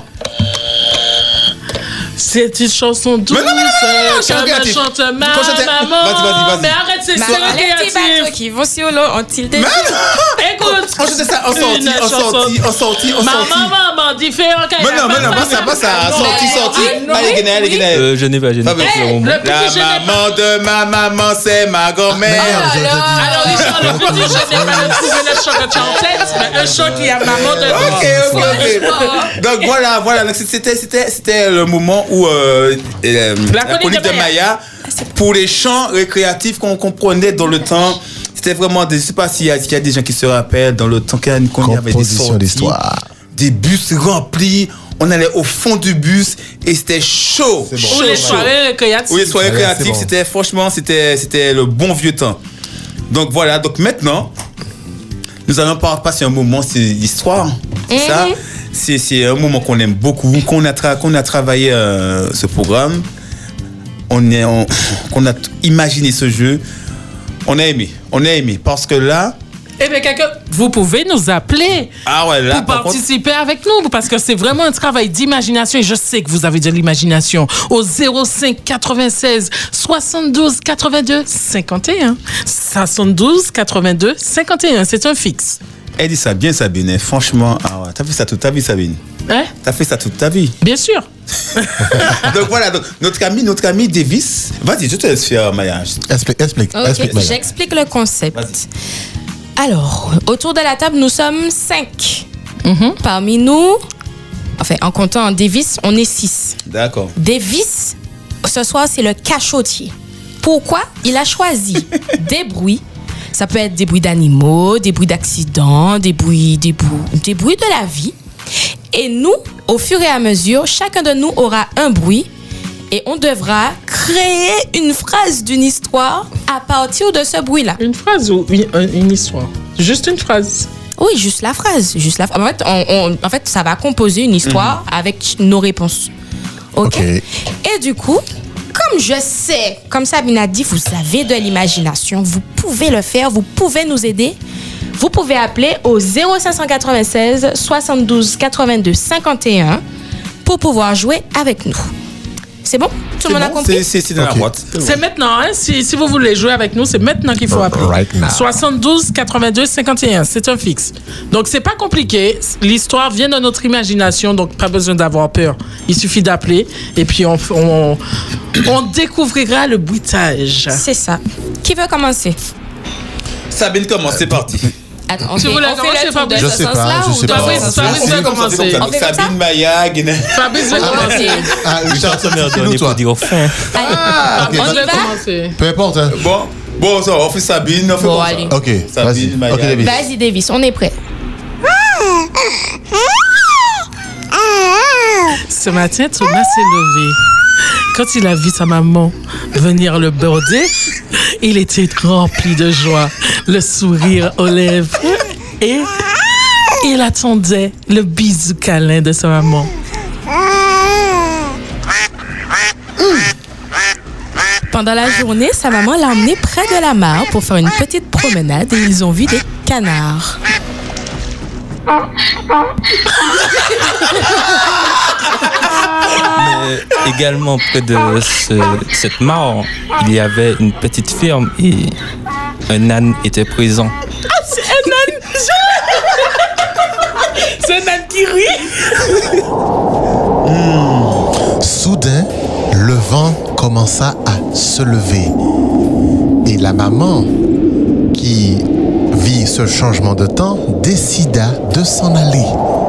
C'est une chanson douce. Mais non, mais non, non, non, c'est comme créatif. chante ma Quand je t'ai- maman. Vas-y, vas-y, vas-y. Mais arrête, c'est Bah, c'est les petits bateaux créatif. qui vont sur l'eau ont-ils des Écoute. On chantait ça en sortie, une en chanson. sortie, en sortie, en sortie. Maman, maman, différent. Mais non, mais non, pas ça, pas ça. Sortie, sortie. Allez, Guinée, allez, Guinée. Euh, je n'ai pas, je n'ai pas. Fabrice. le moment. Le petit La je n'ai pas. maman de ma maman, c'est ma grand-mère. Alors, Richard, le petit je n'ai pas trouvé le chant que tu as en tête, mais un chant qui a maman de Ok, ok, ok. Donc voilà, voilà. Donc c'était, c'était, c'était le moment où euh, euh, la, chronique de Maya, pour les chants récréatifs qu'on comprenait dans le temps. C'était vraiment des, je sais pas s'il y a, s'il y a des gens qui se rappellent dans le temps qu'il y avait des Composition sorties, d'histoire. des bus remplis. On allait au fond du bus et c'était chaud. C'est bon. Ou les soirées créatives. Oui, les soirées Ouais, créatives, c'est bon. c'était franchement, c'était, c'était le bon vieux temps. Donc voilà, donc maintenant, nous allons pas passer un moment, c'est l'histoire. C'est ça. C'est, c'est un moment qu'on aime beaucoup, qu'on a, tra- qu'on a travaillé euh, ce programme. On, est, on, qu'on a t- imaginé ce jeu. On a aimé, on a aimé. Parce que là, Eh bien, quelqu'un, vous pouvez nous appeler ah ouais, là, pour par contre, participer avec nous, parce que c'est vraiment un travail d'imagination et je sais que vous avez de l'imagination. Au zéro cinq quatre-vingt-seize soixante-douze quatre-vingt-deux cinquante et un. soixante-douze quatre-vingt-deux cinquante et un, c'est un fixe. elle dit ça bien, Sabine. hein. Franchement, ah ouais, t'as fait ça toute ta vie, Sabine. Hein? T'as fait ça toute ta vie. Bien sûr. Donc voilà, donc, notre ami, notre ami Davis. Vas-y, je te laisse faire, Maya. Explique, explique, Ok, explique. Maya. j'explique le concept. Alors, autour de la table, nous sommes cinq. Parmi nous, enfin, en comptant Davis, on est six. D'accord. Davis, ce soir, c'est le cachotier. Pourquoi? Il a choisi des bruits. Ça peut être des bruits d'animaux, des bruits d'accidents, des bruits, des bruits, des bruits de la vie. Et nous, au fur et à mesure, chacun de nous aura un bruit et on devra créer une phrase d'une histoire à partir de ce bruit-là. Une phrase ou une, une histoire? Juste une phrase. Oui, juste la phrase. Juste la... En, fait, on, on- en fait, ça va composer une histoire avec nos réponses. OK? Ok. Et du coup, comme je sais, comme Sabine a dit, vous avez de l'imagination, vous pouvez le faire, vous pouvez nous aider. Vous pouvez appeler au zéro cinq quatre-vingt-seize soixante-douze quatre-vingt-deux cinquante et un pour pouvoir jouer avec nous. C'est bon? Tout le monde a compris? C'est, c'est, c'est dans Ok. la boîte. C'est maintenant, hein? Si, si vous voulez jouer avec nous, c'est maintenant qu'il faut appeler. Right now. soixante-douze quatre-vingt-deux cinquante et un, c'est un fixe. Donc, c'est pas compliqué. L'histoire vient de notre imagination, donc pas besoin d'avoir peur. Il suffit d'appeler et puis on, on, on découvrira le bruitage. C'est ça. Qui veut commencer? Sabine commence, c'est parti. Attends, on Tu fait, voulais on fait commencer, le tour de Fabrice? Je ce sais pas, sens-là je ou sais de pas. ce Fabrice, sens-là? Fabrice On va fait comme ça, commencer. c'est comme ça. On fait comme ça? Sabine, Maya, Guinée. Fabrice va commencer. Ah, Richard, Première c'est dernière nous, pour toi. dire fin. Ah, ok. On y Fabrice va va? commencer. Peu importe. Hein. Bon, bon, ça, on fait Sabine, on fait Bon, comme allez. ça. Ok, vas-y. Sabine, Maya. Ok, David. Vas-y, Davis, on est prêt. Ce matin, Thomas s'est levé. Quand il a vu sa maman venir le border, il était rempli de joie, le sourire aux lèvres. Et il attendait le bisou câlin de sa maman. Pendant la journée, sa maman l'a emmené près de la mare pour faire une petite promenade et ils ont vu des canards. Euh, également, près de ce- cette mare, il y avait une petite ferme et un âne était présent. Ah, c'est un âne. C'est un âne qui rit. Hmm. Soudain, le vent commença à se lever. Et la maman, qui vit ce changement de temps, décida de s'en aller.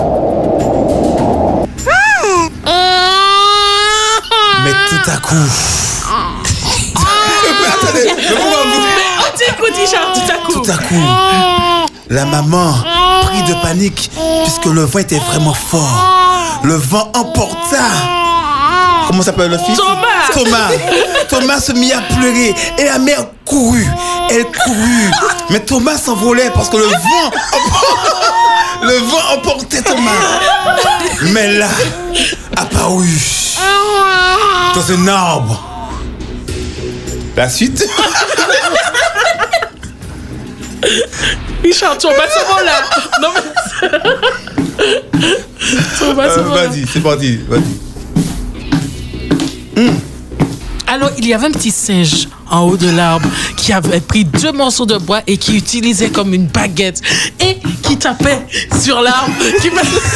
Mais tout à coup. Attendez, le moment où- Mais on t'écoute, Richard, tout à coup. Tout à coup, la maman, pris de panique, puisque le vent était vraiment fort, le vent emporta. Comment s'appelle le fils? Thomas. Thomas. Thomas se mit à pleurer et la mère courut. Elle courut. Mais Thomas s'envolait parce que le vent, le vent emportait Thomas. Mais là, apparut dans un arbre. La suite. Richard, Thomas, c'est bon là. Non, mais... Thomas, c'est Euh, bon là. vas-y, c'est parti. Vas-y. Alors, il y avait un petit singe en haut de l'arbre qui avait pris deux morceaux de bois et qui utilisait comme une baguette et qui tapait sur l'arbre. Qui...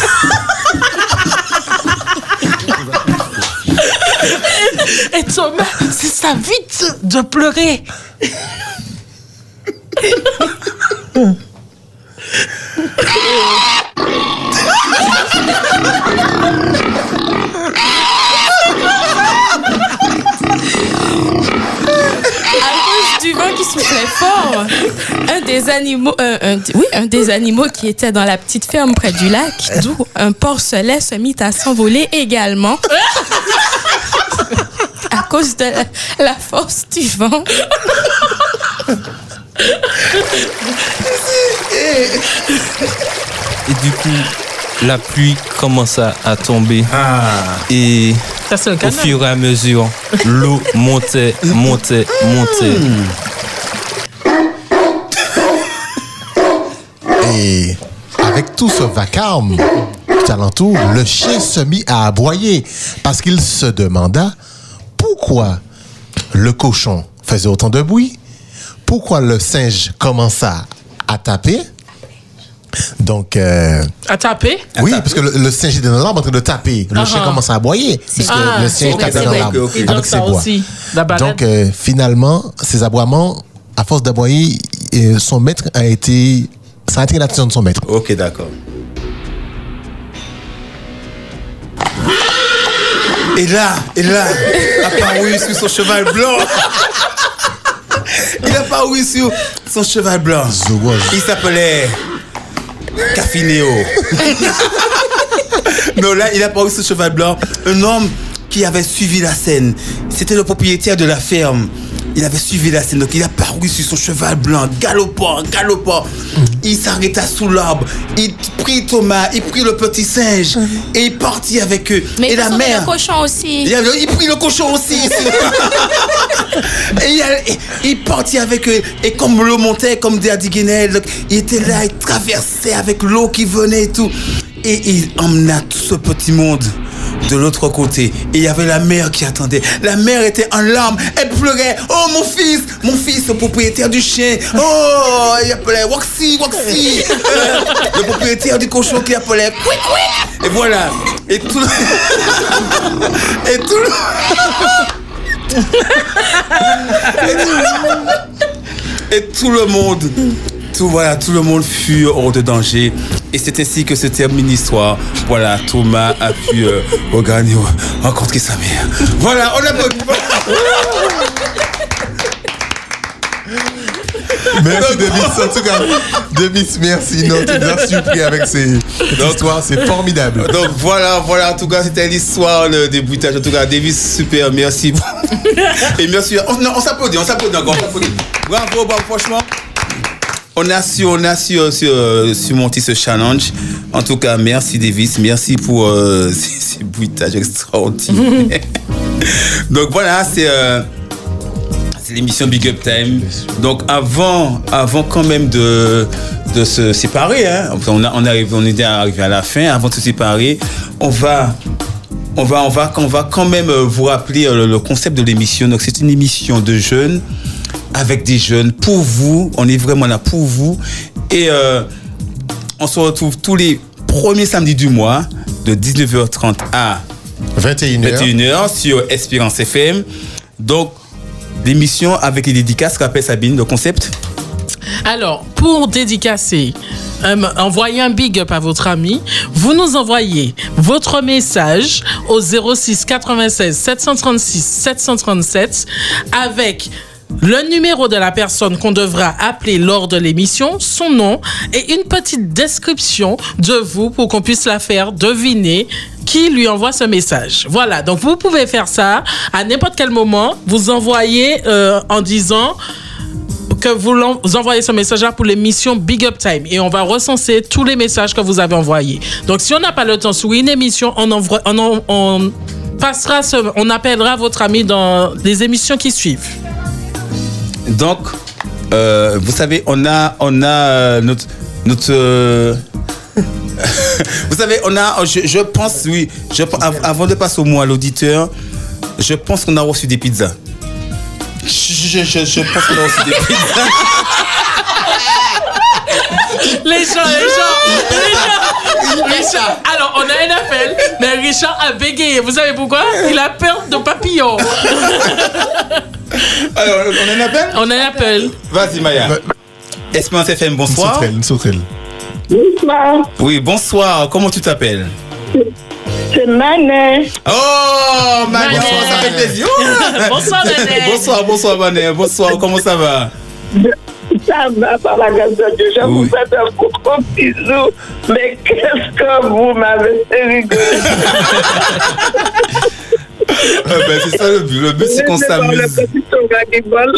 et, et Thomas, c'est ça vite de pleurer. À cause du vent qui soufflait fort, un des animaux, euh, un, oui, un des animaux qui était dans la petite ferme près du lac, d'où un porcelet se mit à s'envoler également. À cause de la, la force du vent. Et du coup, la pluie commença à tomber. Et Ça, c'est un au canal. fur et à mesure, l'eau montait, montait, montait. Et avec tout ce vacarme tout alentour, le chien se mit à aboyer parce qu'il se demanda pourquoi le cochon faisait autant de bruit, pourquoi le singe commença à taper. Donc, euh, À taper? oui, parce que le, le singe était dans l'arbre en train de taper. Le Ah chien ah. commence à aboyer puisque Ah, le singe c'est vrai, tapait c'est dans vrai. l'arbre Ok, ok. Et donc avec ses ça bois. aussi, la balade. Donc, euh, finalement, ces aboiements, à force d'aboyer, euh, son maître a été... Ça a attiré l'attention de son maître. Ok, d'accord. Et là, et là, apparu sur son cheval blanc. Il a apparu sur son cheval blanc. Il s'appelait Caffinéo. Non, là, il a apparu sur son cheval blanc. Un homme qui avait suivi la scène. C'était le propriétaire de la ferme. Il avait suivi la scène, donc il a paru sur son cheval blanc, galopant, galopant. Il s'arrêta sous l'arbre. Il prit Thomas, il prit le petit singe et il partit avec eux. Mais et il la faut mère. le cochon aussi. Il, avait- il prit le cochon aussi. et il, allait- il partit avec eux. Et comme l'eau montait, comme des Guinel, il était là, il traversait avec l'eau qui venait et tout. Et il emmena tout ce petit monde de l'autre côté. Et il y avait la mère qui attendait. La mère était en larmes. Elle pleurait. Oh, mon fils, mon fils, le propriétaire du chien. Oh, il appelait Waxy, Waxy. Euh, le propriétaire du cochon qui appelait Quick, Quick. Et voilà. Et tout le... Et tout le... Et tout le monde, tout, voilà, tout le monde fut hors de danger. Et c'est ainsi que se termine l'histoire. Voilà, Thomas a pu euh, regagner, rencontrer sa mère. Voilà, on applaudit. Merci Demis, en tout cas, Demis, merci. Non, tu nous as surpris avec ces, cette histoire, c'est formidable. Donc voilà, voilà, en tout cas, c'était l'histoire le déboutage. En tout cas, Davis, super, merci. Et merci. On, non, on s'applaudit, on s'applaudit encore. On s'applaudit. Bravo, bravo, franchement. On a su, on a su, euh, su, euh, surmonter ce challenge. En tout cas, merci Davis, merci pour euh, ces, ces bruitages extraordinaires. Donc voilà, c'est euh, c'est l'émission Big Up Time. Donc avant, avant quand même de de se séparer, hein, on a, on arrive, on est arrivé à la fin. Avant de se séparer, on va on va, on va, on va quand même vous rappeler le, le concept de l'émission. Donc, c'est une émission de jeunes avec des jeunes pour vous. On est vraiment là pour vous. Et euh, on se retrouve tous les premiers samedis du mois de dix-neuf heures trente à vingt et une heures vingt et une heures sur Espérance F M. Donc, l'émission avec les dédicaces, rappelle Sabine, le concept. Alors, pour dédicacer, euh, envoyer un big up à votre ami, vous nous envoyez votre message au zéro six quatre-vingt-seize sept cent trente-six sept cent trente-sept avec le numéro de la personne qu'on devra appeler lors de l'émission, son nom et une petite description de vous pour qu'on puisse la faire deviner qui lui envoie ce message. Voilà, donc vous pouvez faire ça à n'importe quel moment. Vous envoyez euh, en disant que vous, vous envoyez ce message-là pour l'émission Big Up Time et on va recenser tous les messages que vous avez envoyés. Donc, si on n'a pas le temps sur une émission, on, envoie, on, on passera, ce, on appellera votre ami dans les émissions qui suivent. Donc, euh, vous savez, on a, on a euh, notre, notre euh, vous savez, on a, je, je pense, oui, je, avant de passer au mot à l'auditeur, je pense qu'on a reçu des pizzas. Je, je, je pense qu'on a reçu des pizzas. Les gens, les gens, les gens, Richard. Alors, on a un appel, mais Richard a bégayé. Vous savez pourquoi? Il a peur de papillons. Alors, on a un appel? On a un appel. Vas-y, Maya. Espérance F M, bonsoir. Une sauterelle, une Bonsoir. Oui, bonsoir. Comment tu t'appelles? C'est Manet. Oh, Manet, ça fait plaisir. Bonsoir, Manet. Bonsoir, bonsoir, Manet. Bonsoir, comment ça va? Ça va, par la grâce de Dieu. Je vous fais un gros bisou. Mais qu'est-ce que vous m'avez fait rigoler. Ah ben, c'est ça le but. Le but, c'est qu'on s'amuse. Le petit Tonga qui vole.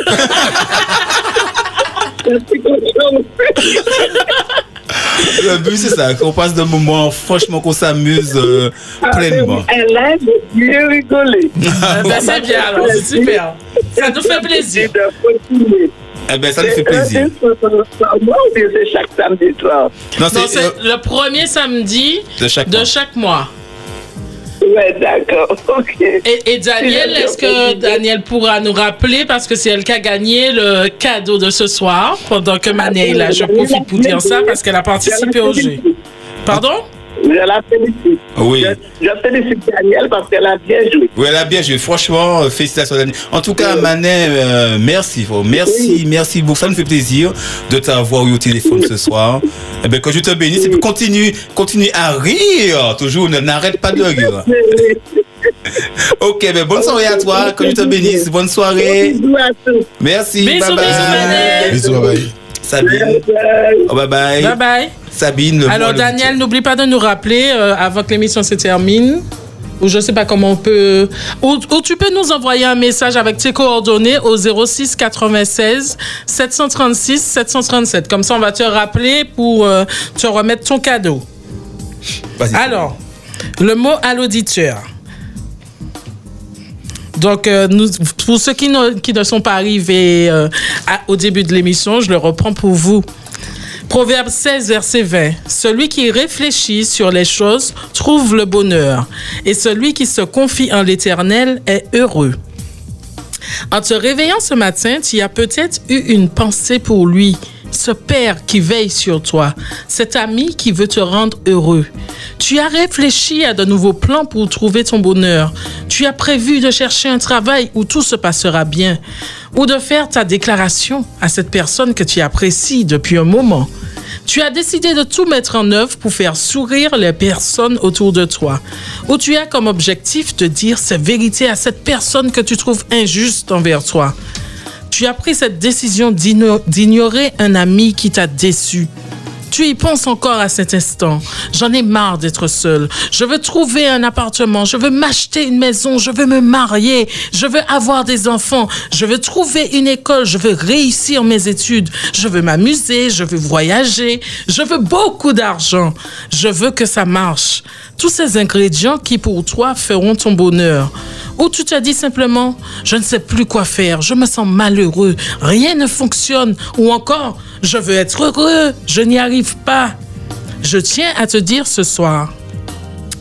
Le but, c'est ça, qu'on passe d'un moment, franchement, qu'on s'amuse euh, pleinement. Elle a bien rigolé. Ah, ben, c'est bien, alors, c'est super. Ça nous fait plaisir. Eh ben, ça nous fait plaisir. C'est chaque samedi soir. Non, c'est, non, c'est euh, le premier samedi de chaque, de chaque mois. Ouais, d'accord, ok. Et, et Daniel, est-ce que Daniel pourra nous rappeler, parce que c'est elle qui a gagné le cadeau de ce soir, pendant que Mané est là. Je profite pour dire ça, parce qu'elle a participé au jeu. Pardon? Je la félicite. Oui. Je, je félicite Daniel parce qu'elle a bien joué. Oui, elle a bien joué. Franchement, euh, félicitations Daniel. En tout cas, oui. Manet, euh, merci. Merci, oui. merci beaucoup. Ça nous fait plaisir de t'avoir eu au téléphone ce soir. Eh bien, que je te bénisse et puis continue, continue à rire. Toujours, n'arrête pas de rire. Ok, ben bonne soirée à toi. Que je te bénisse. Bonne soirée. Bisous à tous. Merci. Bisous, bye bye. Bisous, bisous, bye bye. Sabine. Bye bye. Oh, bye bye. Bye bye. Sabine. Alors Daniel, n'oublie pas de nous rappeler euh, avant que l'émission se termine, ou je sais pas comment on peut, ou, ou tu peux nous envoyer un message avec tes coordonnées au zéro six quatre-vingt-seize sept cent trente-six sept cent trente-sept. Comme ça, on va te rappeler pour euh, te remettre ton cadeau. Vas-y. Alors, le mot à l'auditeur. Donc, euh, nous, pour ceux qui ne, qui ne sont pas arrivés euh, à, au début de l'émission, je le reprends pour vous. Proverbe seize, verset vingt. Celui qui réfléchit sur les choses trouve le bonheur, et celui qui se confie en l'Éternel est heureux. En te réveillant ce matin, tu as peut-être eu une pensée pour lui, ce père qui veille sur toi, cet ami qui veut te rendre heureux. Tu as réfléchi à de nouveaux plans pour trouver ton bonheur. Tu as prévu de chercher un travail où tout se passera bien, ou de faire ta déclaration à cette personne que tu apprécies depuis un moment. Tu as décidé de tout mettre en œuvre pour faire sourire les personnes autour de toi, ou tu as comme objectif de dire ces vérités à cette personne que tu trouves injuste envers toi. Tu as pris cette décision d'ignorer un ami qui t'a déçu. Tu y penses encore à cet instant. J'en ai marre d'être seule. Je veux trouver un appartement. Je veux m'acheter une maison. Je veux me marier. Je veux avoir des enfants. Je veux trouver une école. Je veux réussir mes études. Je veux m'amuser. Je veux voyager. Je veux beaucoup d'argent. Je veux que ça marche. Tous ces ingrédients qui, pour toi, feront ton bonheur. Ou tu te dis simplement, je ne sais plus quoi faire, je me sens malheureux, rien ne fonctionne. Ou encore, je veux être heureux, je n'y arrive pas. Je tiens à te dire ce soir,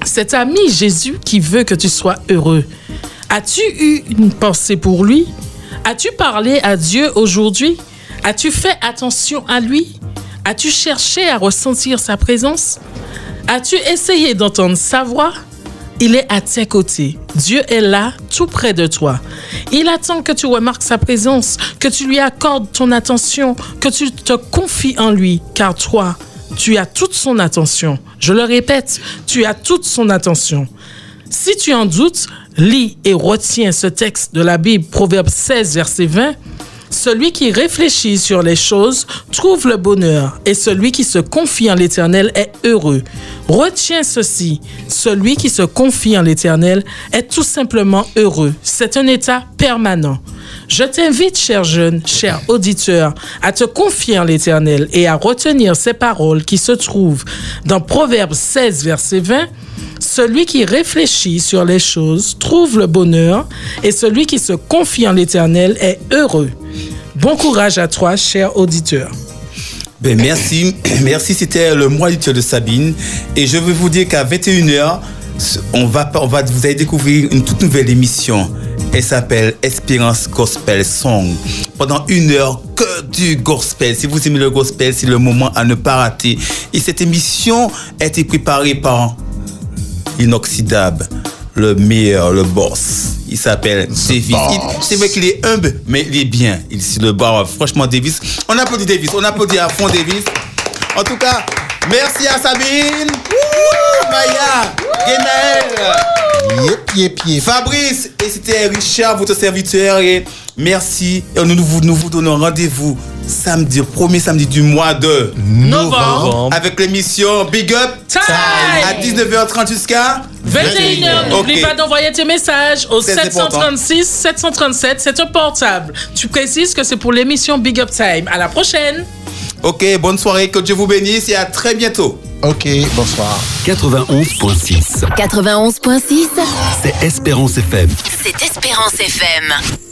cet ami Jésus qui veut que tu sois heureux. As-tu eu une pensée pour lui? As-tu parlé à Dieu aujourd'hui? As-tu fait attention à lui? As-tu cherché à ressentir sa présence? As-tu essayé d'entendre sa voix? Il est à tes côtés. Dieu est là, tout près de toi. Il attend que tu remarques sa présence, que tu lui accordes ton attention, que tu te confies en lui, car toi, tu as toute son attention. Je le répète, tu as toute son attention. Si tu en doutes, lis et retiens ce texte de la Bible, Proverbe seize, verset vingt. Celui qui réfléchit sur les choses trouve le bonheur, et celui qui se confie en l'Éternel est heureux. Retiens ceci, celui qui se confie en l'Éternel est tout simplement heureux. C'est un état permanent. Je t'invite, cher jeune, cher auditeur, à te confier en l'Éternel et à retenir ces paroles qui se trouvent dans Proverbe seize, verset vingt. Celui qui réfléchit sur les choses trouve le bonheur, et celui qui se confie en l'Éternel est heureux. Bon courage à toi, cher auditeur. Ben merci, merci. C'était le mois auditeur de Sabine, et je veux vous dire qu'à vingt et une heures, on va, on va, vous allez découvrir une toute nouvelle émission. Elle s'appelle Espérance Gospel Song. Pendant une heure, que du gospel. Si vous aimez le gospel, c'est le moment à ne pas rater. Et cette émission a été préparée par l'inoxydable, le meilleur, le boss. Il s'appelle Davis. Il, c'est vrai qu'il est humble, mais il est bien. Il est le bar. Franchement, Davis. On applaudit Davis. On applaudit à fond Davis. En tout cas, merci à Sabine, Wouh, Maya, Genaël, yep, yep, yep. Fabrice, et c'était Richard, votre serviteur. Et merci. Et nous, nous, nous vous donnons rendez-vous samedi, premier samedi du mois de novembre, avec l'émission Big Up Time à dix-neuf heures trente jusqu'à vingt et une heures. N'oublie okay. pas d'envoyer tes messages au C'est sept cent trente-six sept cent trente-sept. C'est un portable. Tu précises que c'est pour l'émission Big Up Time. À la prochaine. Ok, bonne soirée, que Dieu vous bénisse et à très bientôt. Ok, bonsoir. quatre-vingt-onze point six. quatre-vingt-onze point six. C'est Espérance F M. C'est Espérance F M.